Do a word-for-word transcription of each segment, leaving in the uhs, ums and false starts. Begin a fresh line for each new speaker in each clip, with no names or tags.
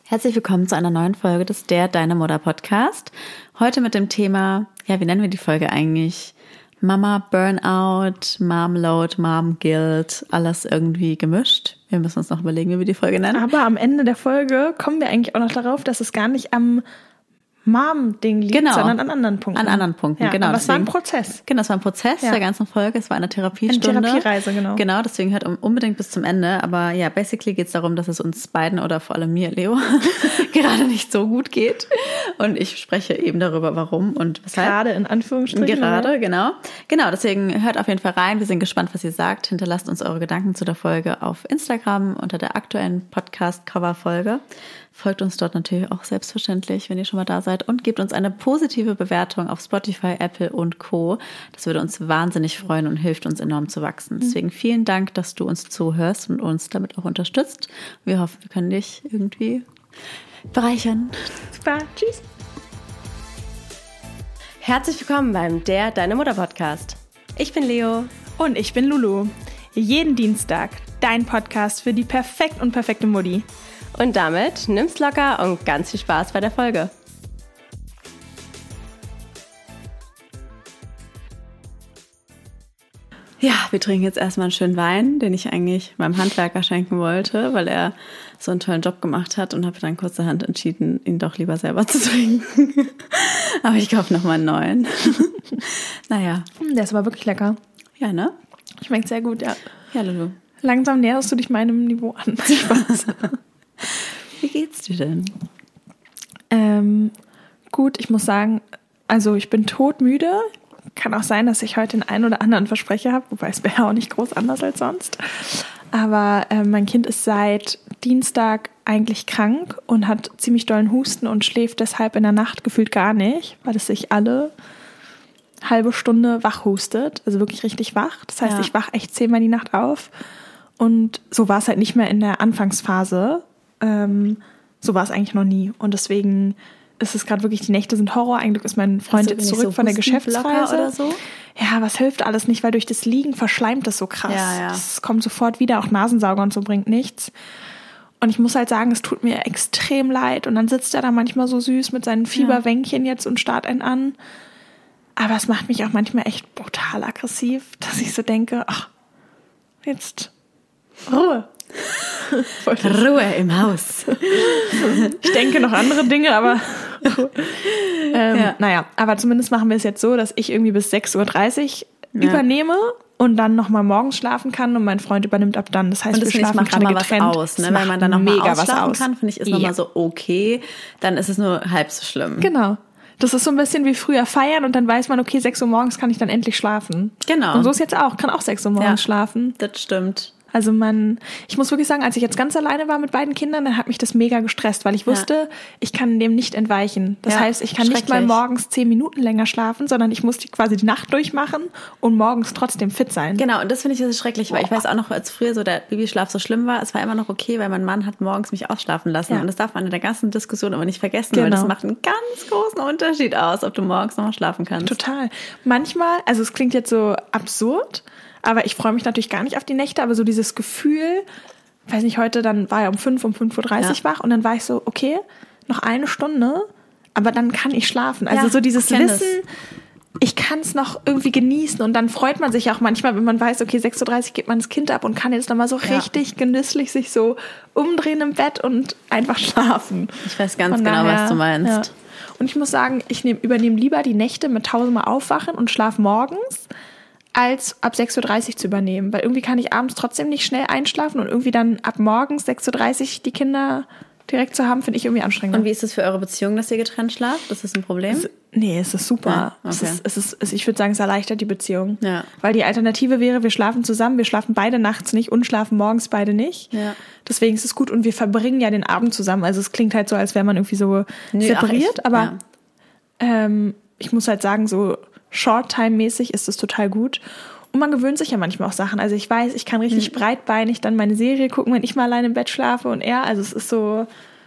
Herzlich willkommen zu einer neuen Folge des Der Deine Mutter Podcast. Heute mit dem Thema, ja, wie nennen wir die Folge eigentlich? Mama Burnout, Mom Load, Mom Guilt, alles irgendwie gemischt. Wir müssen uns noch überlegen, wie wir die Folge nennen.
Aber am Ende der Folge kommen wir eigentlich auch noch darauf, dass es gar nicht am Mom-Ding liegt,
genau.
sondern an anderen Punkten.
An anderen Punkten,
ja,
genau.
Aber
deswegen,
es war ein Prozess.
Genau, es war ein Prozess
ja.
der ganzen Folge. Es war eine Therapiestunde.
Eine Therapiereise, genau.
Genau, deswegen hört unbedingt bis zum Ende. Aber ja, basically geht es darum, dass es uns beiden oder vor allem mir, Leo, gerade nicht so gut geht. Und ich spreche eben darüber, warum und weshalb.
Gerade in Anführungsstrichen.
Gerade,
oder?
genau. Genau, deswegen hört auf jeden Fall rein. Wir sind gespannt, was ihr sagt. Hinterlasst uns eure Gedanken zu der Folge auf Instagram unter der aktuellen Podcast-Cover-Folge. Folgt uns dort natürlich auch selbstverständlich, wenn ihr schon mal da seid. Und gebt uns eine positive Bewertung auf Spotify, Apple und Co. Das würde uns wahnsinnig freuen und hilft uns enorm zu wachsen. Deswegen vielen Dank, dass du uns zuhörst und uns damit auch unterstützt. Wir hoffen, wir können dich irgendwie bereichern.
Super, tschüss.
Herzlich willkommen beim Der Deine Mutter Podcast. Ich bin Leo.
Und ich bin Lulu. Jeden Dienstag dein Podcast für die perfekt und perfekte Mutti.
Und damit nimm's locker und ganz viel Spaß bei der Folge.
Ja, wir trinken jetzt erstmal einen schönen Wein, den ich eigentlich meinem Handwerker schenken wollte, weil er so einen tollen Job gemacht hat und habe dann kurzerhand entschieden, ihn doch lieber selber zu trinken. Aber ich kaufe nochmal einen neuen. Naja.
Der ist aber wirklich lecker.
Ja, ne?
Schmeckt sehr gut, ja.
Ja, Lulu.
Langsam näherst du dich meinem Niveau an. Spaß.
Wie geht's dir denn?
Ähm, gut, ich muss sagen, also ich bin todmüde. Kann auch sein, dass ich heute den einen oder anderen Versprecher habe, wobei es wäre ja auch nicht groß anders als sonst. Aber äh, mein Kind ist seit Dienstag eigentlich krank und hat ziemlich dollen Husten und schläft deshalb in der Nacht gefühlt gar nicht, weil es sich alle halbe Stunde wach hustet, also wirklich richtig wach. Das heißt,
ja.
ich wach echt zehnmal die Nacht auf. Und so war es halt nicht mehr in der Anfangsphase. Ähm, so war es eigentlich noch nie. Und deswegen ist es gerade wirklich, die Nächte sind Horror. Eigentlich ist mein Freund jetzt zurück so von der Geschäftsreise.
Oder so?
Ja, was hilft alles nicht, weil durch das Liegen verschleimt das so krass.
Ja, ja.
Es kommt sofort wieder, auch Nasensauger und so bringt nichts. Und ich muss halt sagen, es tut mir extrem leid. Und dann sitzt er da manchmal so süß mit seinen Fieberwänkchen jetzt und starrt einen an. Aber es macht mich auch manchmal echt brutal aggressiv, dass ich so denke, ach, jetzt Ruhe.
Ruhe im Haus.
Ich denke noch andere Dinge, aber ähm, ja. naja, aber zumindest machen wir es jetzt so, dass ich irgendwie bis sechs Uhr dreißig ja. übernehme und dann nochmal morgens schlafen kann und mein Freund übernimmt ab dann. Das heißt,
und das
wir schlafen gerade getrennt.
Was aus, ne? Weil man dann noch
mega
mal
was
ausschlafen
aus.
kann, finde ich, ist
ja.
nochmal so okay. Dann ist es nur halb so schlimm.
Genau. Das ist so ein bisschen wie früher feiern und dann weiß man, okay, sechs Uhr morgens kann ich dann endlich schlafen.
Genau.
Und so ist jetzt auch, kann auch sechs Uhr morgens
ja,
schlafen.
Das stimmt.
Also man, ich muss wirklich sagen, als ich jetzt ganz alleine war mit beiden Kindern, dann hat mich das mega gestresst, weil ich wusste, ja. ich kann dem nicht entweichen. Das ja, heißt, ich kann nicht mal morgens zehn Minuten länger schlafen, sondern ich muss die quasi die Nacht durchmachen und morgens trotzdem fit sein.
Genau, und das finde ich das schrecklich, weil Boah. ich weiß auch noch, als früher so der Babyschlaf so schlimm war, es war immer noch okay, weil mein Mann hat morgens mich ausschlafen lassen. Ja. Und das darf man in der ganzen Diskussion aber nicht vergessen, genau. weil das macht einen ganz großen Unterschied aus, ob du morgens noch mal schlafen kannst.
Total. Manchmal, also es klingt jetzt so absurd, aber ich freue mich natürlich gar nicht auf die Nächte, aber so dieses Gefühl, weiß nicht, heute dann war er um fünf, um fünf Uhr dreißig ja. wach und dann war ich so, okay, noch eine Stunde, aber dann kann ich schlafen. Also ja, so dieses Wissen, das. ich kann es noch irgendwie genießen und dann freut man sich auch manchmal, wenn man weiß, okay, sechs Uhr dreißig geht man das Kind ab und kann jetzt nochmal so ja. richtig genüsslich sich so umdrehen im Bett und einfach schlafen.
Ich weiß ganz Von genau, daher, was du meinst.
Ja. Und ich muss sagen, ich nehm, übernehme lieber die Nächte mit tausendmal aufwachen und schlafe morgens, als ab sechs Uhr dreißig zu übernehmen. Weil irgendwie kann ich abends trotzdem nicht schnell einschlafen und irgendwie dann ab morgens sechs Uhr dreißig die Kinder direkt zu haben, finde ich irgendwie anstrengend.
Und wie ist es für eure Beziehung, dass ihr getrennt schlaft? Ist das ein Problem?
Es, nee, es ist super.
Ja, okay.
es ist, es ist, es, ich würde sagen, es erleichtert die Beziehung.
Ja.
Weil die Alternative wäre, wir schlafen zusammen, wir schlafen beide nachts nicht und schlafen morgens beide nicht.
Ja.
Deswegen ist es gut und wir verbringen ja den Abend zusammen. Also es klingt halt so, als wäre man irgendwie so nee, separiert, ich, aber ja. ähm, ich muss halt sagen, so Short-Time-mäßig ist es total gut. Und man gewöhnt sich ja manchmal auch Sachen. Also ich weiß, ich kann richtig mhm. breitbeinig dann meine Serie gucken, wenn ich mal alleine im Bett schlafe und er. Also es ist so,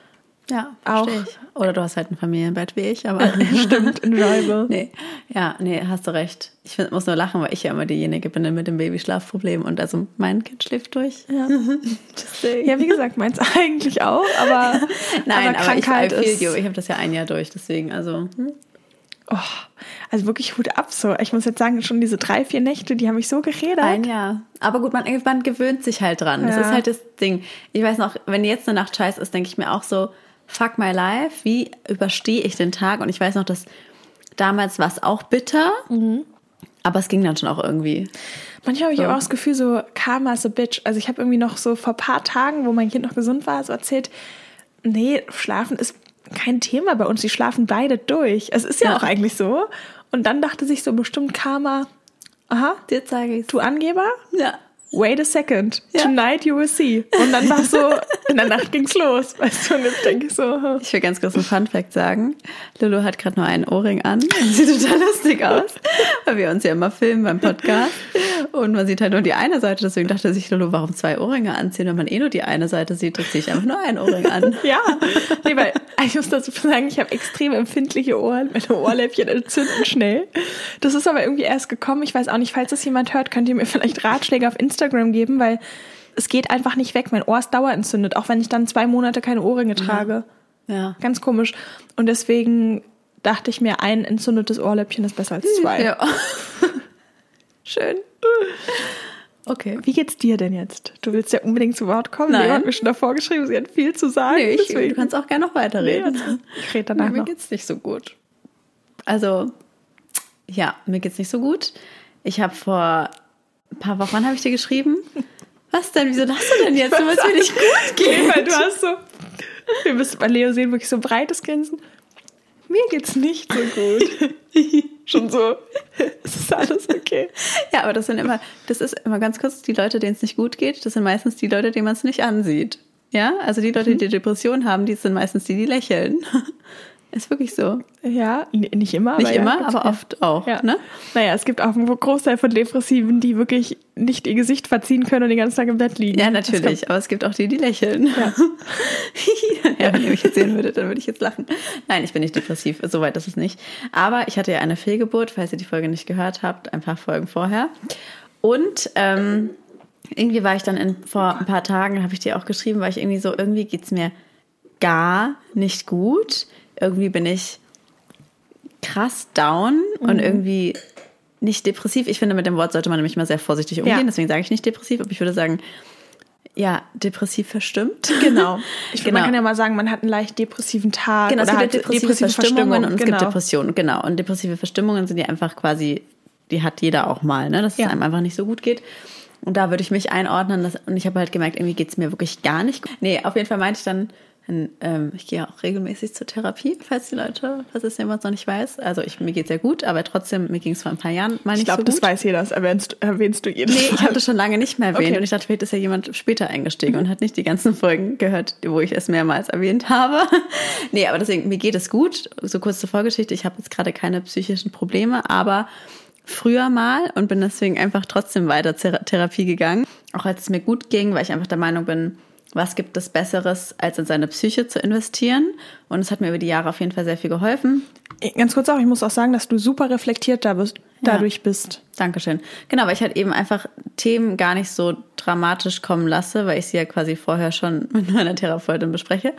Ja,
auch.
verstehe ich. Oder du hast halt ein Familienbett wie ich, aber
Stimmt, enjoyable.
nee, ja, nee, hast du recht. Ich find, muss nur lachen, weil ich ja immer diejenige bin mit dem Babyschlafproblem und also mein Kind schläft durch.
Ja, ja wie gesagt, meins eigentlich auch, aber
nein,
aber
aber
Krankheit
ich, I feel
ist...
you. Ich habe das ja ein Jahr durch, deswegen, also... Hm.
Oh, also wirklich Hut ab so. Ich muss jetzt sagen, schon diese drei, vier Nächte, die haben mich so geredet.
Ein Jahr. Aber gut, man, man gewöhnt sich halt dran. Das
Ja.
ist halt das Ding. Ich weiß noch, wenn jetzt eine Nacht scheiß ist, denke ich mir auch so, fuck my life, wie überstehe ich den Tag? Und ich weiß noch, dass damals war es auch bitter, mhm. aber es ging dann schon auch irgendwie.
Manchmal habe ich
so.
auch das Gefühl, so Karma is a bitch. Also ich habe irgendwie noch so vor ein paar Tagen, wo mein Kind noch gesund war, so erzählt, nee, Schlafen ist kein Thema bei uns, die schlafen beide durch. Es ist ja, ja auch eigentlich so. Und dann dachte sich so bestimmt Karma, aha,
dir zeige ich's.
Du Angeber?
Ja.
Wait a second,
ja.
Tonight you will see. Und dann war es so, in der Nacht ging's los. Weißt du, und jetzt denke ich so. Huh.
Ich will ganz kurz einen Funfact sagen. Lulu hat gerade nur einen Ohrring an. Sieht total lustig aus, weil wir uns ja immer filmen beim Podcast. Und man sieht halt nur die eine Seite. Deswegen dachte sich Lulu, warum zwei Ohrringe anziehen, wenn man eh nur die eine Seite sieht? Dann ziehe ich einfach nur einen Ohrring an.
Ja, nee, weil ich muss dazu sagen, ich habe extrem empfindliche Ohren. Meine Ohrläppchen entzünden schnell. Das ist aber irgendwie erst gekommen. Ich weiß auch nicht, falls das jemand hört, könnt ihr mir vielleicht Ratschläge auf Instagram geben, weil es geht einfach nicht weg. Mein Ohr ist dauerentzündet, auch wenn ich dann zwei Monate keine Ohrringe trage.
Ja.
Ganz komisch. Und deswegen dachte ich mir, ein entzündetes Ohrläppchen ist besser als zwei.
Ja. Schön. Okay.
Wie geht's dir denn jetzt? Du willst ja unbedingt zu Wort kommen.
Nein.
Leo hat mir schon davor geschrieben, sie hat viel zu sagen.
Nee, ich,
deswegen.
du kannst auch gerne noch weiterreden.
Nee, ich rede danach
mir
noch.
geht's nicht so gut. Also, ja, mir geht's nicht so gut. Ich habe vor ein paar Wochen, wann habe ich dir geschrieben? Was denn? Wieso lachst du denn jetzt? Du willst mir nicht gut gehen.
Weil du hast so, wir müssen bei Leo sehen, wirklich so breites Grinsen. Mir geht's nicht so gut. Schon so, es ist alles okay.
Ja, aber das sind immer, das ist immer ganz kurz, die Leute, denen es nicht gut geht, das sind meistens die Leute, denen man es nicht ansieht. Ja, also die Leute, die Depressionen haben, die sind meistens die, die lächeln. Ist wirklich so.
Ja, nicht immer.
Nicht
aber
immer,
ja,
aber
ja.
oft auch.
Ja.
Ne?
Naja, es gibt auch einen Großteil von Depressiven, die wirklich nicht ihr Gesicht verziehen können und den ganzen Tag im Bett liegen.
Ja, natürlich. Aber es gibt auch die, die lächeln. Ja. Ja, wenn ihr mich jetzt sehen würdet, dann würde ich jetzt lachen. Nein, ich bin nicht depressiv. Soweit ist es nicht. Aber ich hatte ja eine Fehlgeburt, falls ihr die Folge nicht gehört habt, ein paar Folgen vorher. Und ähm, irgendwie war ich dann in, vor ein paar Tagen, habe ich dir auch geschrieben, war ich irgendwie so, irgendwie geht's mir gar nicht gut. Irgendwie bin ich krass down mhm. und irgendwie nicht depressiv. Ich finde, mit dem Wort sollte man nämlich mal sehr vorsichtig umgehen. Ja. Deswegen sage ich nicht depressiv, aber ich würde sagen, ja, depressiv verstimmt.
Genau. Ich,
genau.
Man kann ja mal sagen, man hat einen leicht depressiven Tag.
Genau,
oder
es gibt
hat
depressive, depressive Verstimmungen, Verstimmungen und es genau. gibt Depressionen. Genau. Und depressive Verstimmungen sind ja einfach quasi, die hat jeder auch mal, ne? dass ja. es einem einfach nicht so gut geht. Und da würde ich mich einordnen. Dass, und ich habe halt gemerkt, irgendwie geht es mir wirklich gar nicht gut. Nee, auf jeden Fall meinte ich dann, Ähm, ich gehe auch regelmäßig zur Therapie, falls die Leute, falls es jemand noch nicht weiß. Also ich, mir geht es sehr gut, aber trotzdem, mir ging es vor ein paar Jahren mal nicht
ich glaub,
so gut.
Ich glaube, das weiß jeder, das erwähnst, erwähnst du jedes
Nee,
Mal.
ich habe das schon lange nicht mehr erwähnt
okay.
und ich dachte, vielleicht ist ja jemand später eingestiegen und hat nicht die ganzen Folgen gehört, wo ich es mehrmals erwähnt habe. Nee, aber deswegen, mir geht es gut. So kurz zur Vorgeschichte, ich habe jetzt gerade keine psychischen Probleme, aber früher mal und bin deswegen einfach trotzdem weiter zur Therapie gegangen. Auch als es mir gut ging, weil ich einfach der Meinung bin, was gibt es Besseres, als in seine Psyche zu investieren? Und es hat mir über die Jahre auf jeden Fall sehr viel geholfen.
Ganz kurz auch, ich muss auch sagen, dass du super reflektiert da bist, dadurch ja. bist.
Dankeschön. Genau, weil ich halt eben einfach Themen gar nicht so dramatisch kommen lasse, weil ich sie ja quasi vorher schon mit meiner Therapeutin bespreche.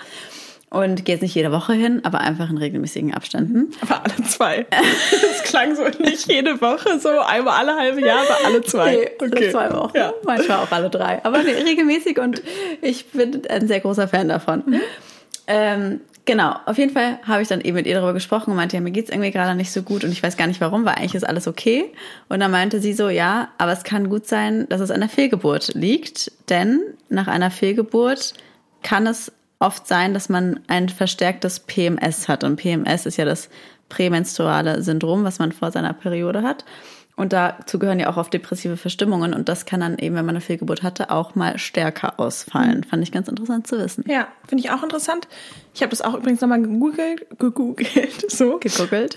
Und gehe jetzt nicht jede Woche hin, aber einfach in regelmäßigen Abständen.
Aber alle zwei. Das klang so nicht jede Woche, so einmal alle halbe Jahr, aber alle zwei.
Nee, alle okay. zwei Wochen. Ja. Manchmal auch alle drei. Aber nee, regelmäßig und ich bin ein sehr großer Fan davon. Mhm. Ähm, genau, auf jeden Fall habe ich dann eben mit ihr darüber gesprochen und meinte, ja, mir geht's irgendwie gerade nicht so gut und ich weiß gar nicht warum, weil eigentlich ist alles okay. Und dann meinte sie so, ja, aber es kann gut sein, dass es an der Fehlgeburt liegt, denn nach einer Fehlgeburt kann es oft sein, dass man ein verstärktes P M S hat. Und P M S ist ja das prämenstruale Syndrom, was man vor seiner Periode hat. Und dazu gehören ja auch oft depressive Verstimmungen. Und das kann dann eben, wenn man eine Fehlgeburt hatte, auch mal stärker ausfallen. Mhm. Fand ich ganz interessant zu wissen.
Ja, finde ich auch interessant. Ich habe das auch übrigens nochmal gegoogelt. Gegoogelt, so.
Gegoogelt.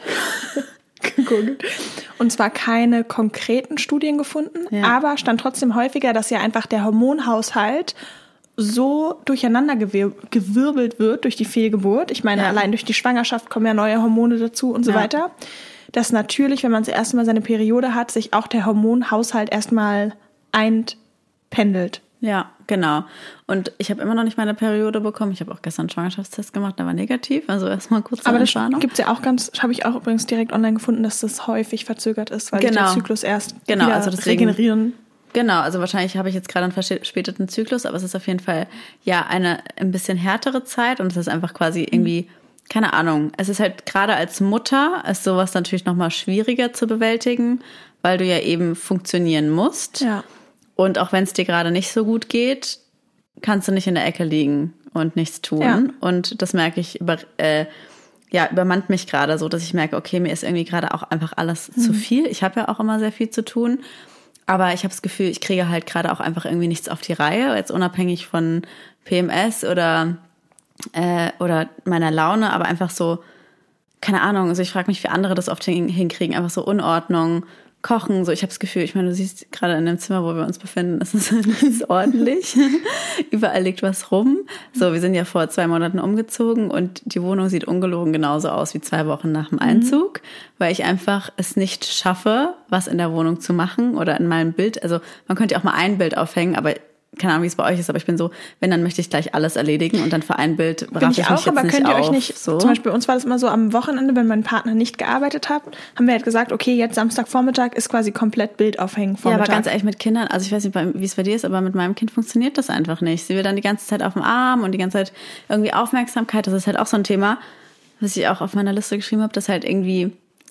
gegoogelt. Und zwar keine konkreten Studien gefunden, ja. aber stand trotzdem häufiger, dass ja einfach der Hormonhaushalt so durcheinander gewir- gewirbelt wird durch die Fehlgeburt. Ich meine, ja. allein durch die Schwangerschaft kommen ja neue Hormone dazu und so ja. weiter. Dass natürlich, wenn man das erste Mal seine Periode hat, sich auch der Hormonhaushalt erstmal einpendelt.
Ja, genau. Und ich habe immer noch nicht meine Periode bekommen. Ich habe auch gestern einen Schwangerschaftstest gemacht, der war negativ. Also erstmal kurz
eine Entwarnung. Aber das gibt's ja auch ganz, habe ich auch übrigens direkt online gefunden, dass das häufig verzögert ist, weil
genau.
sich der Zyklus erst
genau,
wieder
also deswegen,
regenerieren.
Genau, also wahrscheinlich habe ich jetzt gerade einen verspäteten Zyklus, aber es ist auf jeden Fall ja eine ein bisschen härtere Zeit und es ist einfach quasi irgendwie, keine Ahnung, es ist halt gerade als Mutter ist sowas natürlich nochmal schwieriger zu bewältigen, weil du ja eben funktionieren musst.
Ja.
Und auch wenn es dir gerade nicht so gut geht, kannst du nicht in der Ecke liegen und nichts tun.
Ja.
Und das merke ich, über, äh, ja, übermannt mich gerade so, dass ich merke, okay, mir ist irgendwie gerade auch einfach alles mhm. zu viel. Ich habe ja auch immer sehr viel zu tun. Aber ich habe das Gefühl, ich kriege halt gerade auch einfach irgendwie nichts auf die Reihe. Jetzt unabhängig von P M S oder, äh, oder meiner Laune. Aber einfach so, keine Ahnung. Also ich frage mich, wie andere das oft hin- hinkriegen. Einfach so Unordnung. Kochen, so ich habe das Gefühl, ich meine, du siehst gerade in dem Zimmer, wo wir uns befinden, es ist, ist ordentlich. Überall liegt was rum. So, wir sind ja vor zwei Monaten umgezogen und die Wohnung sieht ungelogen genauso aus wie zwei Wochen nach dem Einzug, mhm. weil ich einfach es nicht schaffe, was in der Wohnung zu machen oder in meinem Bild. Also man könnte ja auch mal ein Bild aufhängen, aber keine Ahnung, wie es bei euch ist, aber ich bin so, wenn, dann möchte ich gleich alles erledigen und dann für ein Bild raff ich, ich mich auch, jetzt aber
nicht
könnt ihr
auf,
euch
nicht,
so.
Zum Beispiel bei uns war das immer so, am Wochenende, wenn mein Partner nicht gearbeitet hat, haben wir halt gesagt, okay, jetzt Samstagvormittag ist quasi komplett Bild aufhängen Vormittag.
Ja, aber ganz ehrlich, mit Kindern, also ich weiß nicht, wie es bei dir ist, aber mit meinem Kind funktioniert das einfach nicht. Sie will dann die ganze Zeit auf dem Arm und die ganze Zeit irgendwie Aufmerksamkeit, das ist halt auch so ein Thema, was ich auch auf meiner Liste geschrieben habe, dass halt irgendwie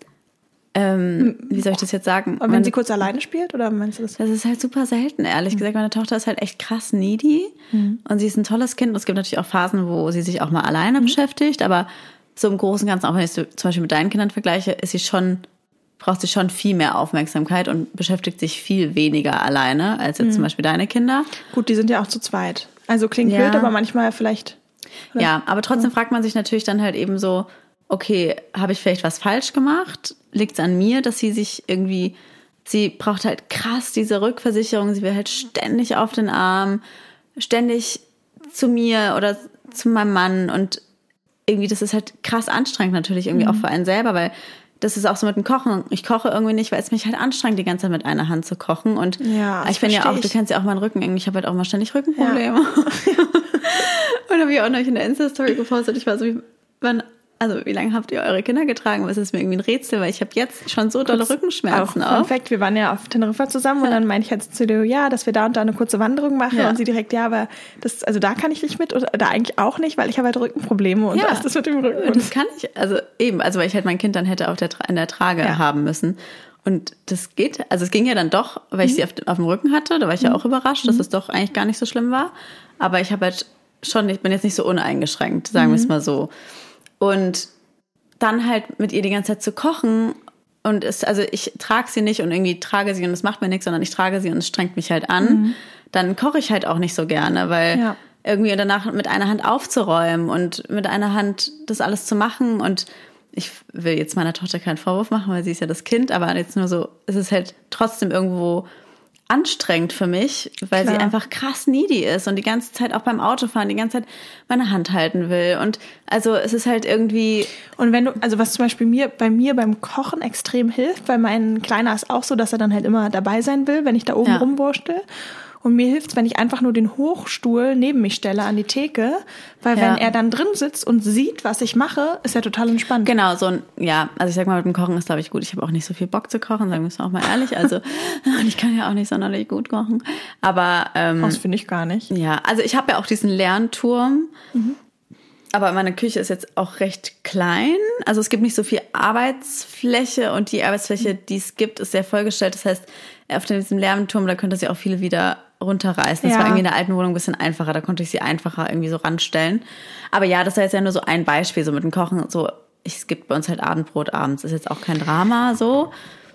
Ähm, wie soll ich das jetzt sagen?
Und wenn meine, sie kurz alleine spielt, oder meinst du das?
Das ist halt super selten, ehrlich mhm. gesagt. Meine Tochter ist halt echt krass needy mhm. und sie ist ein tolles Kind. Und es gibt natürlich auch Phasen, wo sie sich auch mal alleine mhm. beschäftigt, aber so im Großen und Ganzen, auch wenn ich es zum Beispiel mit deinen Kindern vergleiche, ist sie schon, braucht sie schon viel mehr Aufmerksamkeit und beschäftigt sich viel weniger alleine als jetzt mhm. zum Beispiel deine Kinder.
Gut, die sind ja auch zu zweit. Also klingt ja. blöd, aber manchmal vielleicht.
Oder? Ja, aber trotzdem ja. fragt man sich natürlich dann halt eben so, okay, habe ich vielleicht was falsch gemacht? Liegt es an mir, dass sie sich irgendwie, sie braucht halt krass diese Rückversicherung, sie will halt ständig auf den Arm, ständig zu mir oder zu meinem Mann und irgendwie, das ist halt krass anstrengend natürlich irgendwie mhm. auch für einen selber, weil das ist auch so mit dem Kochen. Ich koche irgendwie nicht, weil es mich halt anstrengt, die ganze Zeit mit einer Hand zu kochen. Und
ja,
ich bin ja auch, du kennst ja auch meinen Rücken, ich habe halt auch mal ständig Rückenprobleme. Ja. Und habe ich auch noch in der Insta-Story gepostet, ich war so, wie, wann Also wie lange habt ihr eure Kinder getragen? Das ist mir irgendwie ein Rätsel, weil ich habe jetzt schon so dolle Rückenschmerzen auch.
Perfekt, wir waren ja auf Teneriffa zusammen ja. und dann meinte ich halt zu dir, ja, dass wir da und da eine kurze Wanderung machen ja. und sie direkt, ja, aber das, also da kann ich nicht mit oder da eigentlich auch nicht, weil ich habe halt Rückenprobleme und
ja.
was ist das mit dem Rücken?
Und das kann ich, also eben, also weil ich halt mein Kind dann hätte auf der, in der Trage ja. haben müssen. Und das geht, also es ging ja dann doch, weil ich mhm. sie auf, auf dem Rücken hatte, da war ich ja auch überrascht, mhm. dass es doch eigentlich gar nicht so schlimm war. Aber ich habe halt schon, ich bin jetzt nicht so uneingeschränkt, sagen mhm. wir es mal so. Und dann halt mit ihr die ganze Zeit zu kochen und es, also ich trage sie nicht und irgendwie trage sie und es macht mir nichts, sondern ich trage sie und es strengt mich halt an, mhm. dann koche ich halt auch nicht so gerne, weil ja. irgendwie danach mit einer Hand aufzuräumen und mit einer Hand das alles zu machen und ich will jetzt meiner Tochter keinen Vorwurf machen, weil sie ist ja das Kind, aber jetzt nur so, es ist halt trotzdem irgendwo anstrengend für mich, weil Klar. sie einfach krass needy ist und die ganze Zeit auch beim Autofahren die ganze Zeit meine Hand halten will und also es ist halt irgendwie...
Und wenn du, also was zum Beispiel mir bei mir beim Kochen extrem hilft, weil mein Kleiner ist auch so, dass er dann halt immer dabei sein will, wenn ich da oben ja. rumwurschtel. Und mir hilft es, wenn ich einfach nur den Hochstuhl neben mich stelle an die Theke, weil ja. wenn er dann drin sitzt und sieht, was ich mache, ist er total entspannt.
Genau, so ein, ja, also ich sag mal, mit dem Kochen ist, glaube ich, gut. Ich habe auch nicht so viel Bock zu kochen, sagen wir es auch mal ehrlich. Also ich kann ja auch nicht sonderlich gut kochen. Aber ähm,
das finde ich gar nicht.
Ja, also ich habe ja auch diesen Lernturm. Mhm. Aber meine Küche ist jetzt auch recht klein. Also es gibt nicht so viel Arbeitsfläche und die Arbeitsfläche, die es gibt, ist sehr vollgestellt. Das heißt, auf diesem Lernturm, da könnte sie auch viele wieder runterreißen. Das ja. war irgendwie in der alten Wohnung ein bisschen einfacher. Da konnte ich sie einfacher irgendwie so ranstellen. Aber ja, das war jetzt ja nur so ein Beispiel, so mit dem Kochen. So, es gibt bei uns halt Abendbrot abends. Ist jetzt auch kein Drama so.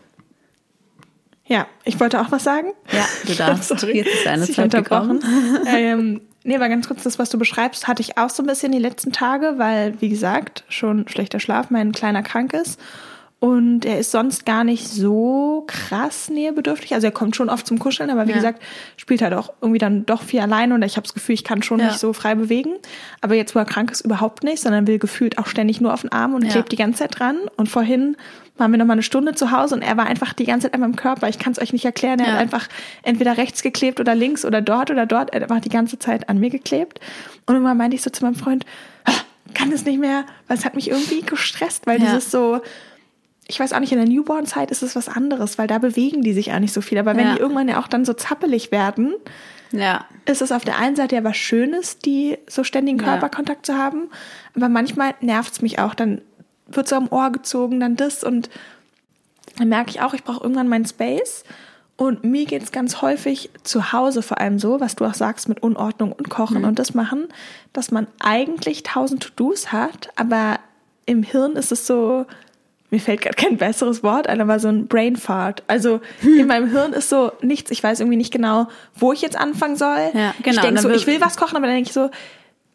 Ja, ich wollte auch was sagen.
Ja, du darfst. Sorry, jetzt ist deine Zeit gekommen.
ähm, nee, aber ganz kurz, das, was du beschreibst, hatte ich auch so ein bisschen die letzten Tage, weil, wie gesagt, schon schlechter Schlaf, mein Kleiner krank ist. Und er ist sonst gar nicht so krass nähebedürftig. Also er kommt schon oft zum Kuscheln, aber wie ja. gesagt, spielt halt auch irgendwie dann doch viel alleine. Und ich habe das Gefühl, ich kann schon ja. nicht so frei bewegen. Aber jetzt, wo er krank ist, überhaupt nicht, sondern will gefühlt auch ständig nur auf den Arm und ja. klebt die ganze Zeit dran. Und vorhin waren wir noch mal eine Stunde zu Hause und er war einfach die ganze Zeit an meinem Körper. Ich kann es euch nicht erklären. Er ja. hat einfach entweder rechts geklebt oder links oder dort oder dort. Er war die ganze Zeit an mir geklebt. Und irgendwann meinte ich so zu meinem Freund, kann das nicht mehr, weil es hat mich irgendwie gestresst, weil ja. dieses so... Ich weiß auch nicht, in der Newborn-Zeit ist es was anderes, weil da bewegen die sich auch nicht so viel. Aber wenn ja. die irgendwann ja auch dann so zappelig werden, ja. ist es auf der einen Seite ja was Schönes, die so ständigen Körperkontakt ja. zu haben. Aber manchmal nervt es mich auch. Dann wird so am Ohr gezogen, dann das. Und dann merke ich auch, ich brauche irgendwann meinen Space. Und mir geht es ganz häufig zu Hause vor allem so, was du auch sagst mit Unordnung und Kochen mhm. und das machen, dass man eigentlich tausend To-Dos hat, aber im Hirn ist es so... Mir fällt gerade kein besseres Wort ein, aber so ein Brain Fart. Also hm. in meinem Hirn ist so nichts. Ich weiß irgendwie nicht genau, wo ich jetzt anfangen soll. Ja, genau. Ich denke so, ich will was kochen, aber dann denke ich so,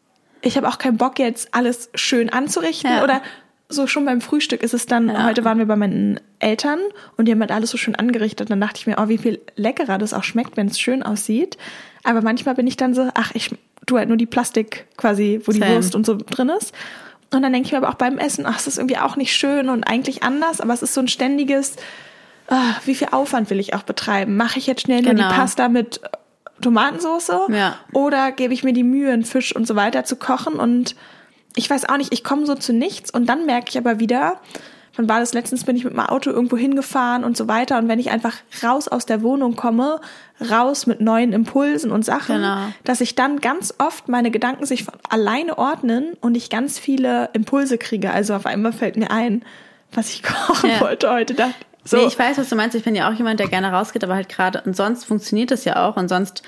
ich habe auch keinen Bock jetzt alles schön anzurichten. Ja. Oder so schon beim Frühstück ist es dann, ja. heute waren wir bei meinen Eltern und die haben halt alles so schön angerichtet. Dann dachte ich mir, oh, wie viel leckerer das auch schmeckt, wenn es schön aussieht. Aber manchmal bin ich dann so, ach, ich tue halt nur die Plastik quasi, wo die Same. Wurst und so drin ist. Und dann denke ich mir aber auch beim Essen, ach, es ist irgendwie auch nicht schön und eigentlich anders, aber es ist so ein ständiges, ach, wie viel Aufwand will ich auch betreiben? Mache ich jetzt schnell genau. nur die Pasta mit Tomatensauce ja. oder gebe ich mir die Mühe, einen Fisch und so weiter zu kochen? Und ich weiß auch nicht, ich komme so zu nichts und dann merke ich aber wieder, wann war das letztens, bin ich mit meinem Auto irgendwo hingefahren und so weiter und wenn ich einfach raus aus der Wohnung komme, raus mit neuen Impulsen und Sachen, genau. dass ich dann ganz oft meine Gedanken sich von alleine ordnen und ich ganz viele Impulse kriege. Also auf einmal fällt mir ein, was ich kochen ja. wollte heute. Da, so.
Nee, ich weiß, was du meinst. Ich bin ja auch jemand, der gerne rausgeht, aber halt gerade, und sonst funktioniert das ja auch und sonst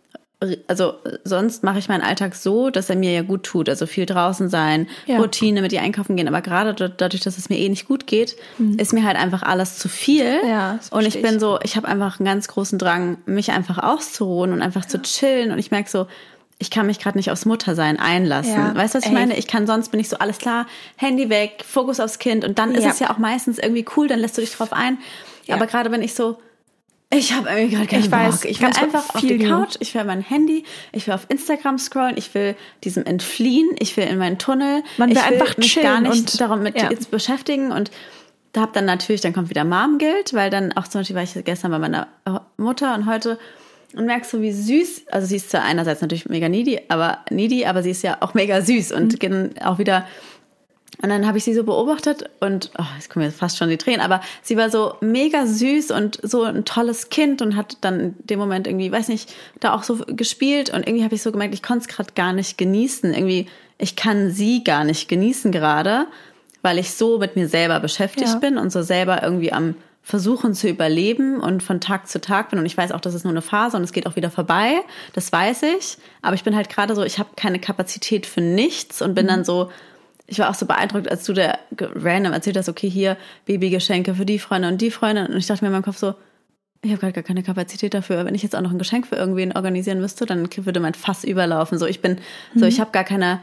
also sonst mache ich meinen Alltag so, dass er mir ja gut tut. Also viel draußen sein, ja. Routine, mit ihr einkaufen gehen. Aber gerade dadurch, dass es mir eh nicht gut geht, mhm. ist mir halt einfach alles zu viel. Ja, und ich bin so, ich habe einfach einen ganz großen Drang, mich einfach auszuruhen und einfach ja. zu chillen. Und ich merke so, ich kann mich gerade nicht aufs Muttersein einlassen. Ja. Weißt du, was ich Ey. meine? Ich kann sonst, bin ich so, alles klar, Handy weg, Fokus aufs Kind. Und dann ja. ist es ja auch meistens irgendwie cool, dann lässt du dich drauf ein. Ja. Aber gerade wenn ich so, ich habe irgendwie gerade keinen
ich
Bock.
Weiß,
ich will einfach auf die Couch, ich will mein Handy, ich will auf Instagram scrollen, ich will diesem entfliehen, ich will in meinen Tunnel.
Man will
ich will
einfach
mich
chillen
gar nicht
und,
darum mit
ja.
jetzt beschäftigen. Und da hab dann natürlich, dann kommt wieder Mom-Guilt, weil dann auch zum Beispiel war ich gestern bei meiner Mutter und heute und merkst so, wie süß, also sie ist zwar einerseits natürlich mega needy, aber needy, aber sie ist ja auch mega süß und mhm. auch wieder. Und dann habe ich sie so beobachtet und, oh, jetzt kommen mir fast schon die Tränen, aber sie war so mega süß und so ein tolles Kind und hat dann in dem Moment irgendwie, weiß nicht, da auch so gespielt und irgendwie habe ich so gemerkt, ich konnte es gerade gar nicht genießen. Irgendwie, ich kann sie gar nicht genießen gerade, weil ich so mit mir selber beschäftigt ja. bin und so selber irgendwie am Versuchen zu überleben und von Tag zu Tag bin. Und ich weiß auch, das ist nur eine Phase und es geht auch wieder vorbei, das weiß ich. Aber ich bin halt gerade so, ich habe keine Kapazität für nichts und bin mhm. dann so, ich war auch so beeindruckt, als du der random erzählt hast, okay, hier Babygeschenke für die Freundin und die Freundin. Und ich dachte mir in meinem Kopf so, ich habe gerade gar keine Kapazität dafür. Wenn ich jetzt auch noch ein Geschenk für irgendwen organisieren müsste, dann würde mein Fass überlaufen. So, ich bin, mhm. so, ich habe gar keine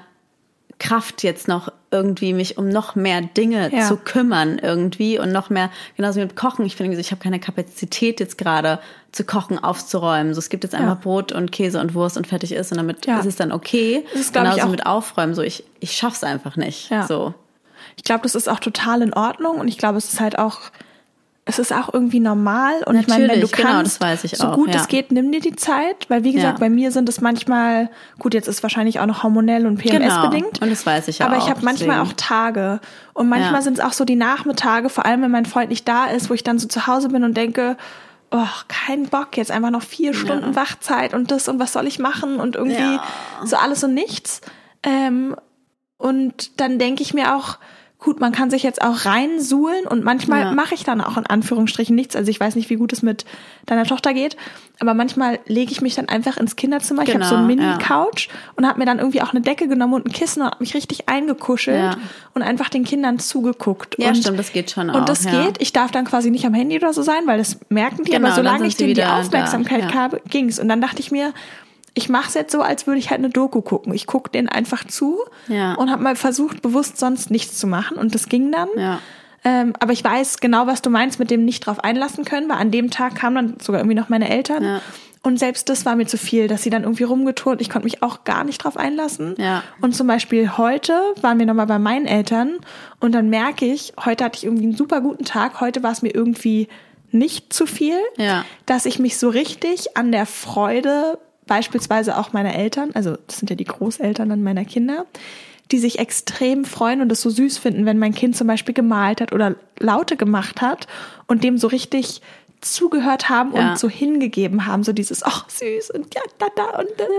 Kraft jetzt noch irgendwie mich um noch mehr Dinge ja. zu kümmern irgendwie und noch mehr, genauso wie mit Kochen. Ich finde, ich habe keine Kapazität jetzt gerade zu kochen, aufzuräumen. So, es gibt jetzt einfach ja. Brot und Käse und Wurst und fertig ist und damit ja. ist es dann okay. Das ist, genauso ich, auch mit Aufräumen. So, ich, ich schaff's einfach nicht. Ja. So.
Ich glaube, das ist auch total in Ordnung und ich glaube, es ist halt auch es ist auch irgendwie normal und
Natürlich,
ich meine, wenn du
genau,
kannst,
das weiß ich
so
auch,
gut
ja.
es geht, nimm dir die Zeit, weil wie gesagt, ja. bei mir sind es manchmal, gut, jetzt ist wahrscheinlich auch noch hormonell und P M S
genau.
bedingt.
Und das weiß ich ja
aber
auch. Aber
ich habe manchmal auch Tage und manchmal ja. sind es auch so die Nachmittage, vor allem wenn mein Freund nicht da ist, wo ich dann so zu Hause bin und denke, oh, kein Bock, jetzt einfach noch vier Stunden ja. Wachzeit und das und was soll ich machen und irgendwie ja. so alles und nichts. Ähm, und dann denke ich mir auch, gut, man kann sich jetzt auch reinsuhlen und manchmal ja. mache ich dann auch in Anführungsstrichen nichts. Also ich weiß nicht, wie gut es mit deiner Tochter geht, aber manchmal lege ich mich dann einfach ins Kinderzimmer. Genau, ich habe so eine Mini-Couch ja. und habe mir dann irgendwie auch eine Decke genommen und ein Kissen und habe mich richtig eingekuschelt ja. und einfach den Kindern zugeguckt.
Ja,
und,
stimmt, das geht schon auch.
Und das
ja.
geht. Ich darf dann quasi nicht am Handy oder so sein, weil das merken die.
Genau,
aber solange ich denen die Aufmerksamkeit
ja.
habe, ging's. Und dann dachte ich mir, ich mache es jetzt so, als würde ich halt eine Doku gucken. Ich gucke denen einfach zu ja. und habe mal versucht, bewusst sonst nichts zu machen. Und das ging dann.
Ja.
Ähm, aber ich weiß genau, was du meinst mit dem nicht drauf einlassen können, weil an dem Tag kamen dann sogar irgendwie noch meine Eltern.
Ja.
Und selbst das war mir zu viel, dass sie dann irgendwie rumgeturnt. Ich konnte mich auch gar nicht drauf einlassen.
Ja.
Und zum Beispiel heute waren wir nochmal bei meinen Eltern und dann merke ich, heute hatte ich irgendwie einen super guten Tag. Heute war es mir irgendwie nicht zu viel,
Ja.
dass ich mich so richtig an der Freude, beispielsweise auch meiner Eltern, also das sind ja die Großeltern dann meiner Kinder, die sich extrem freuen und es so süß finden, wenn mein Kind zum Beispiel gemalt hat oder Laute gemacht hat und dem so richtig zugehört haben
Ja.
und so hingegeben haben, so dieses, ach süß und ja, da, da und da.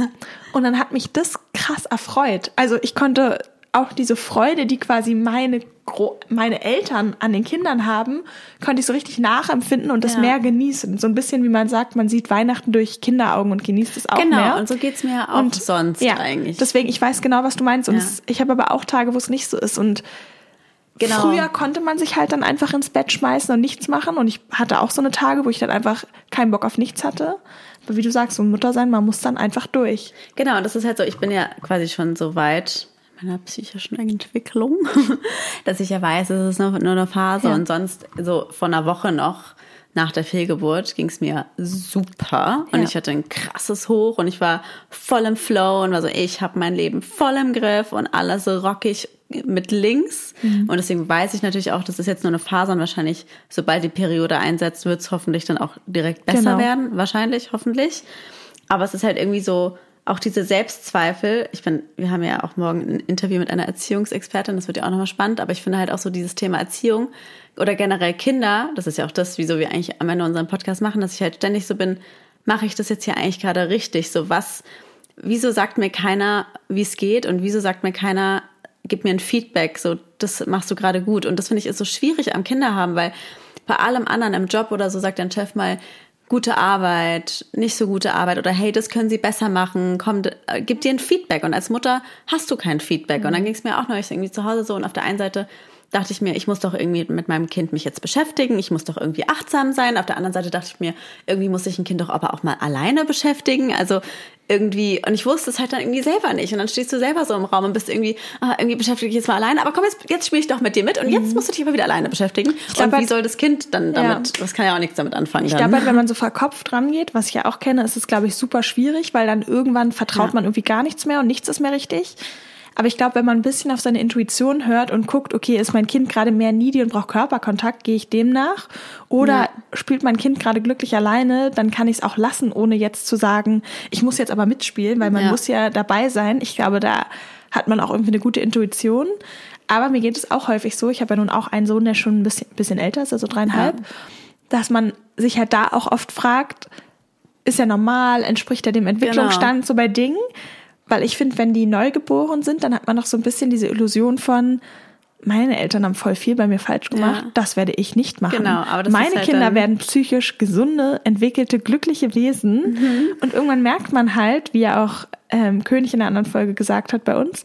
Und dann hat mich das krass erfreut. Also ich konnte auch diese Freude, die quasi meine Gro- meine Eltern an den Kindern haben, konnte ich so richtig nachempfinden und das
Ja.
mehr genießen. So ein bisschen, wie man sagt, man sieht Weihnachten durch Kinderaugen und genießt es auch
Genau,
mehr.
und so geht's mir auch
Und
sonst
ja,
eigentlich.
Deswegen, ich weiß genau, was du meinst. Und
Ja.
es, ich habe aber auch Tage, wo es nicht so ist. Und
Genau.
früher konnte man sich halt dann einfach ins Bett schmeißen und nichts machen. Und ich hatte auch so eine Tage, wo ich dann einfach keinen Bock auf nichts hatte. Aber wie du sagst, so ein Muttersein, man muss dann einfach durch.
Genau, und das ist halt so, ich bin ja quasi schon so weit in meiner psychischen Entwicklung, dass ich ja weiß, es ist nur, nur eine Phase.
Ja.
Und sonst so vor einer Woche noch nach der Fehlgeburt ging es mir super. Und
Ja.
ich hatte ein krasses Hoch und ich war voll im Flow und war so, ich habe mein Leben voll im Griff und alles so rockig mit links.
Mhm.
Und deswegen weiß ich natürlich auch, das ist jetzt nur eine Phase und wahrscheinlich, sobald die Periode einsetzt, wird es hoffentlich dann auch direkt besser
Genau.
werden. Wahrscheinlich, hoffentlich. Aber es ist halt irgendwie so, auch diese Selbstzweifel. Ich bin, wir haben ja auch morgen ein Interview mit einer Erziehungsexpertin, das wird ja auch nochmal spannend, aber ich finde halt auch so dieses Thema Erziehung oder generell Kinder, das ist ja auch das, wieso wir eigentlich am Ende unseren Podcast machen, dass ich halt ständig so bin, mache ich das jetzt hier eigentlich gerade richtig? So was, wieso sagt mir keiner, wie es geht und wieso sagt mir keiner, gib mir ein Feedback, so das machst du gerade gut. Und das finde ich ist so schwierig am Kinder haben, weil bei allem anderen im Job oder so sagt dein Chef mal, gute Arbeit, nicht so gute Arbeit oder hey, das können sie besser machen, komm, äh, gib dir ein Feedback. Und als Mutter hast du kein Feedback. Mhm. Und dann ging es mir auch neulich irgendwie zu Hause so und auf der einen Seite dachte ich mir, ich muss doch irgendwie mit meinem Kind mich jetzt beschäftigen, ich muss doch irgendwie achtsam sein. Auf der anderen Seite dachte ich mir, irgendwie muss sich ein Kind doch aber auch mal alleine beschäftigen. Also irgendwie, und ich wusste es halt dann irgendwie selber nicht. Und dann stehst du selber so im Raum und bist irgendwie, ah, irgendwie beschäftige ich jetzt mal alleine. Aber komm, jetzt, jetzt spiele ich doch mit dir mit und jetzt musst du dich aber wieder alleine beschäftigen.
glaub,
und wie
halt-
soll das Kind dann damit,
Ja.
das kann ja auch nichts damit anfangen.
Ich
dann.
glaube halt, wenn man so verkopft rangeht, was ich ja auch kenne, ist es, glaube ich, super schwierig, weil dann irgendwann vertraut
Ja.
man irgendwie gar nichts mehr und nichts ist mehr richtig. Aber ich glaube, wenn man ein bisschen auf seine Intuition hört und guckt, okay, ist mein Kind gerade mehr needy und braucht Körperkontakt, gehe ich dem nach? Oder
Ja.
spielt mein Kind gerade glücklich alleine, dann kann ich es auch lassen, ohne jetzt zu sagen, ich muss jetzt aber mitspielen, weil man
Ja.
muss ja dabei sein. Ich glaube, da hat man auch irgendwie eine gute Intuition. Aber mir geht es auch häufig so, ich habe ja nun auch einen Sohn, der schon ein bisschen, bisschen älter ist, also dreieinhalb,
Ja.
dass man sich halt da auch oft fragt, ist ja normal, entspricht er dem Entwicklungsstand so bei Dingen? Weil ich finde, wenn die neugeboren sind, dann hat man noch so ein bisschen diese Illusion von, meine Eltern haben voll viel bei mir falsch gemacht,
Ja.
das werde ich nicht machen.
Genau, aber das
meine
ist halt
Kinder
dann-
werden psychisch gesunde, entwickelte, glückliche Wesen.
Mhm.
Und irgendwann merkt man halt, wie ja auch ähm, König in einer anderen Folge gesagt hat bei uns,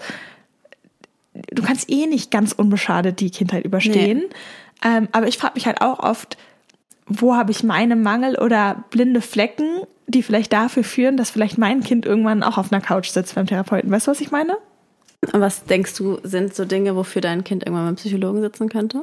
du kannst eh nicht ganz unbeschadet die Kindheit überstehen.
Nee.
Ähm, aber ich frage mich halt auch oft, wo habe ich meine Mangel oder blinde Flecken, die vielleicht dafür führen, dass vielleicht mein Kind irgendwann auch auf einer Couch sitzt beim Therapeuten. Weißt du, was ich meine?
Und was denkst du, sind so Dinge, wofür dein Kind irgendwann beim Psychologen sitzen könnte?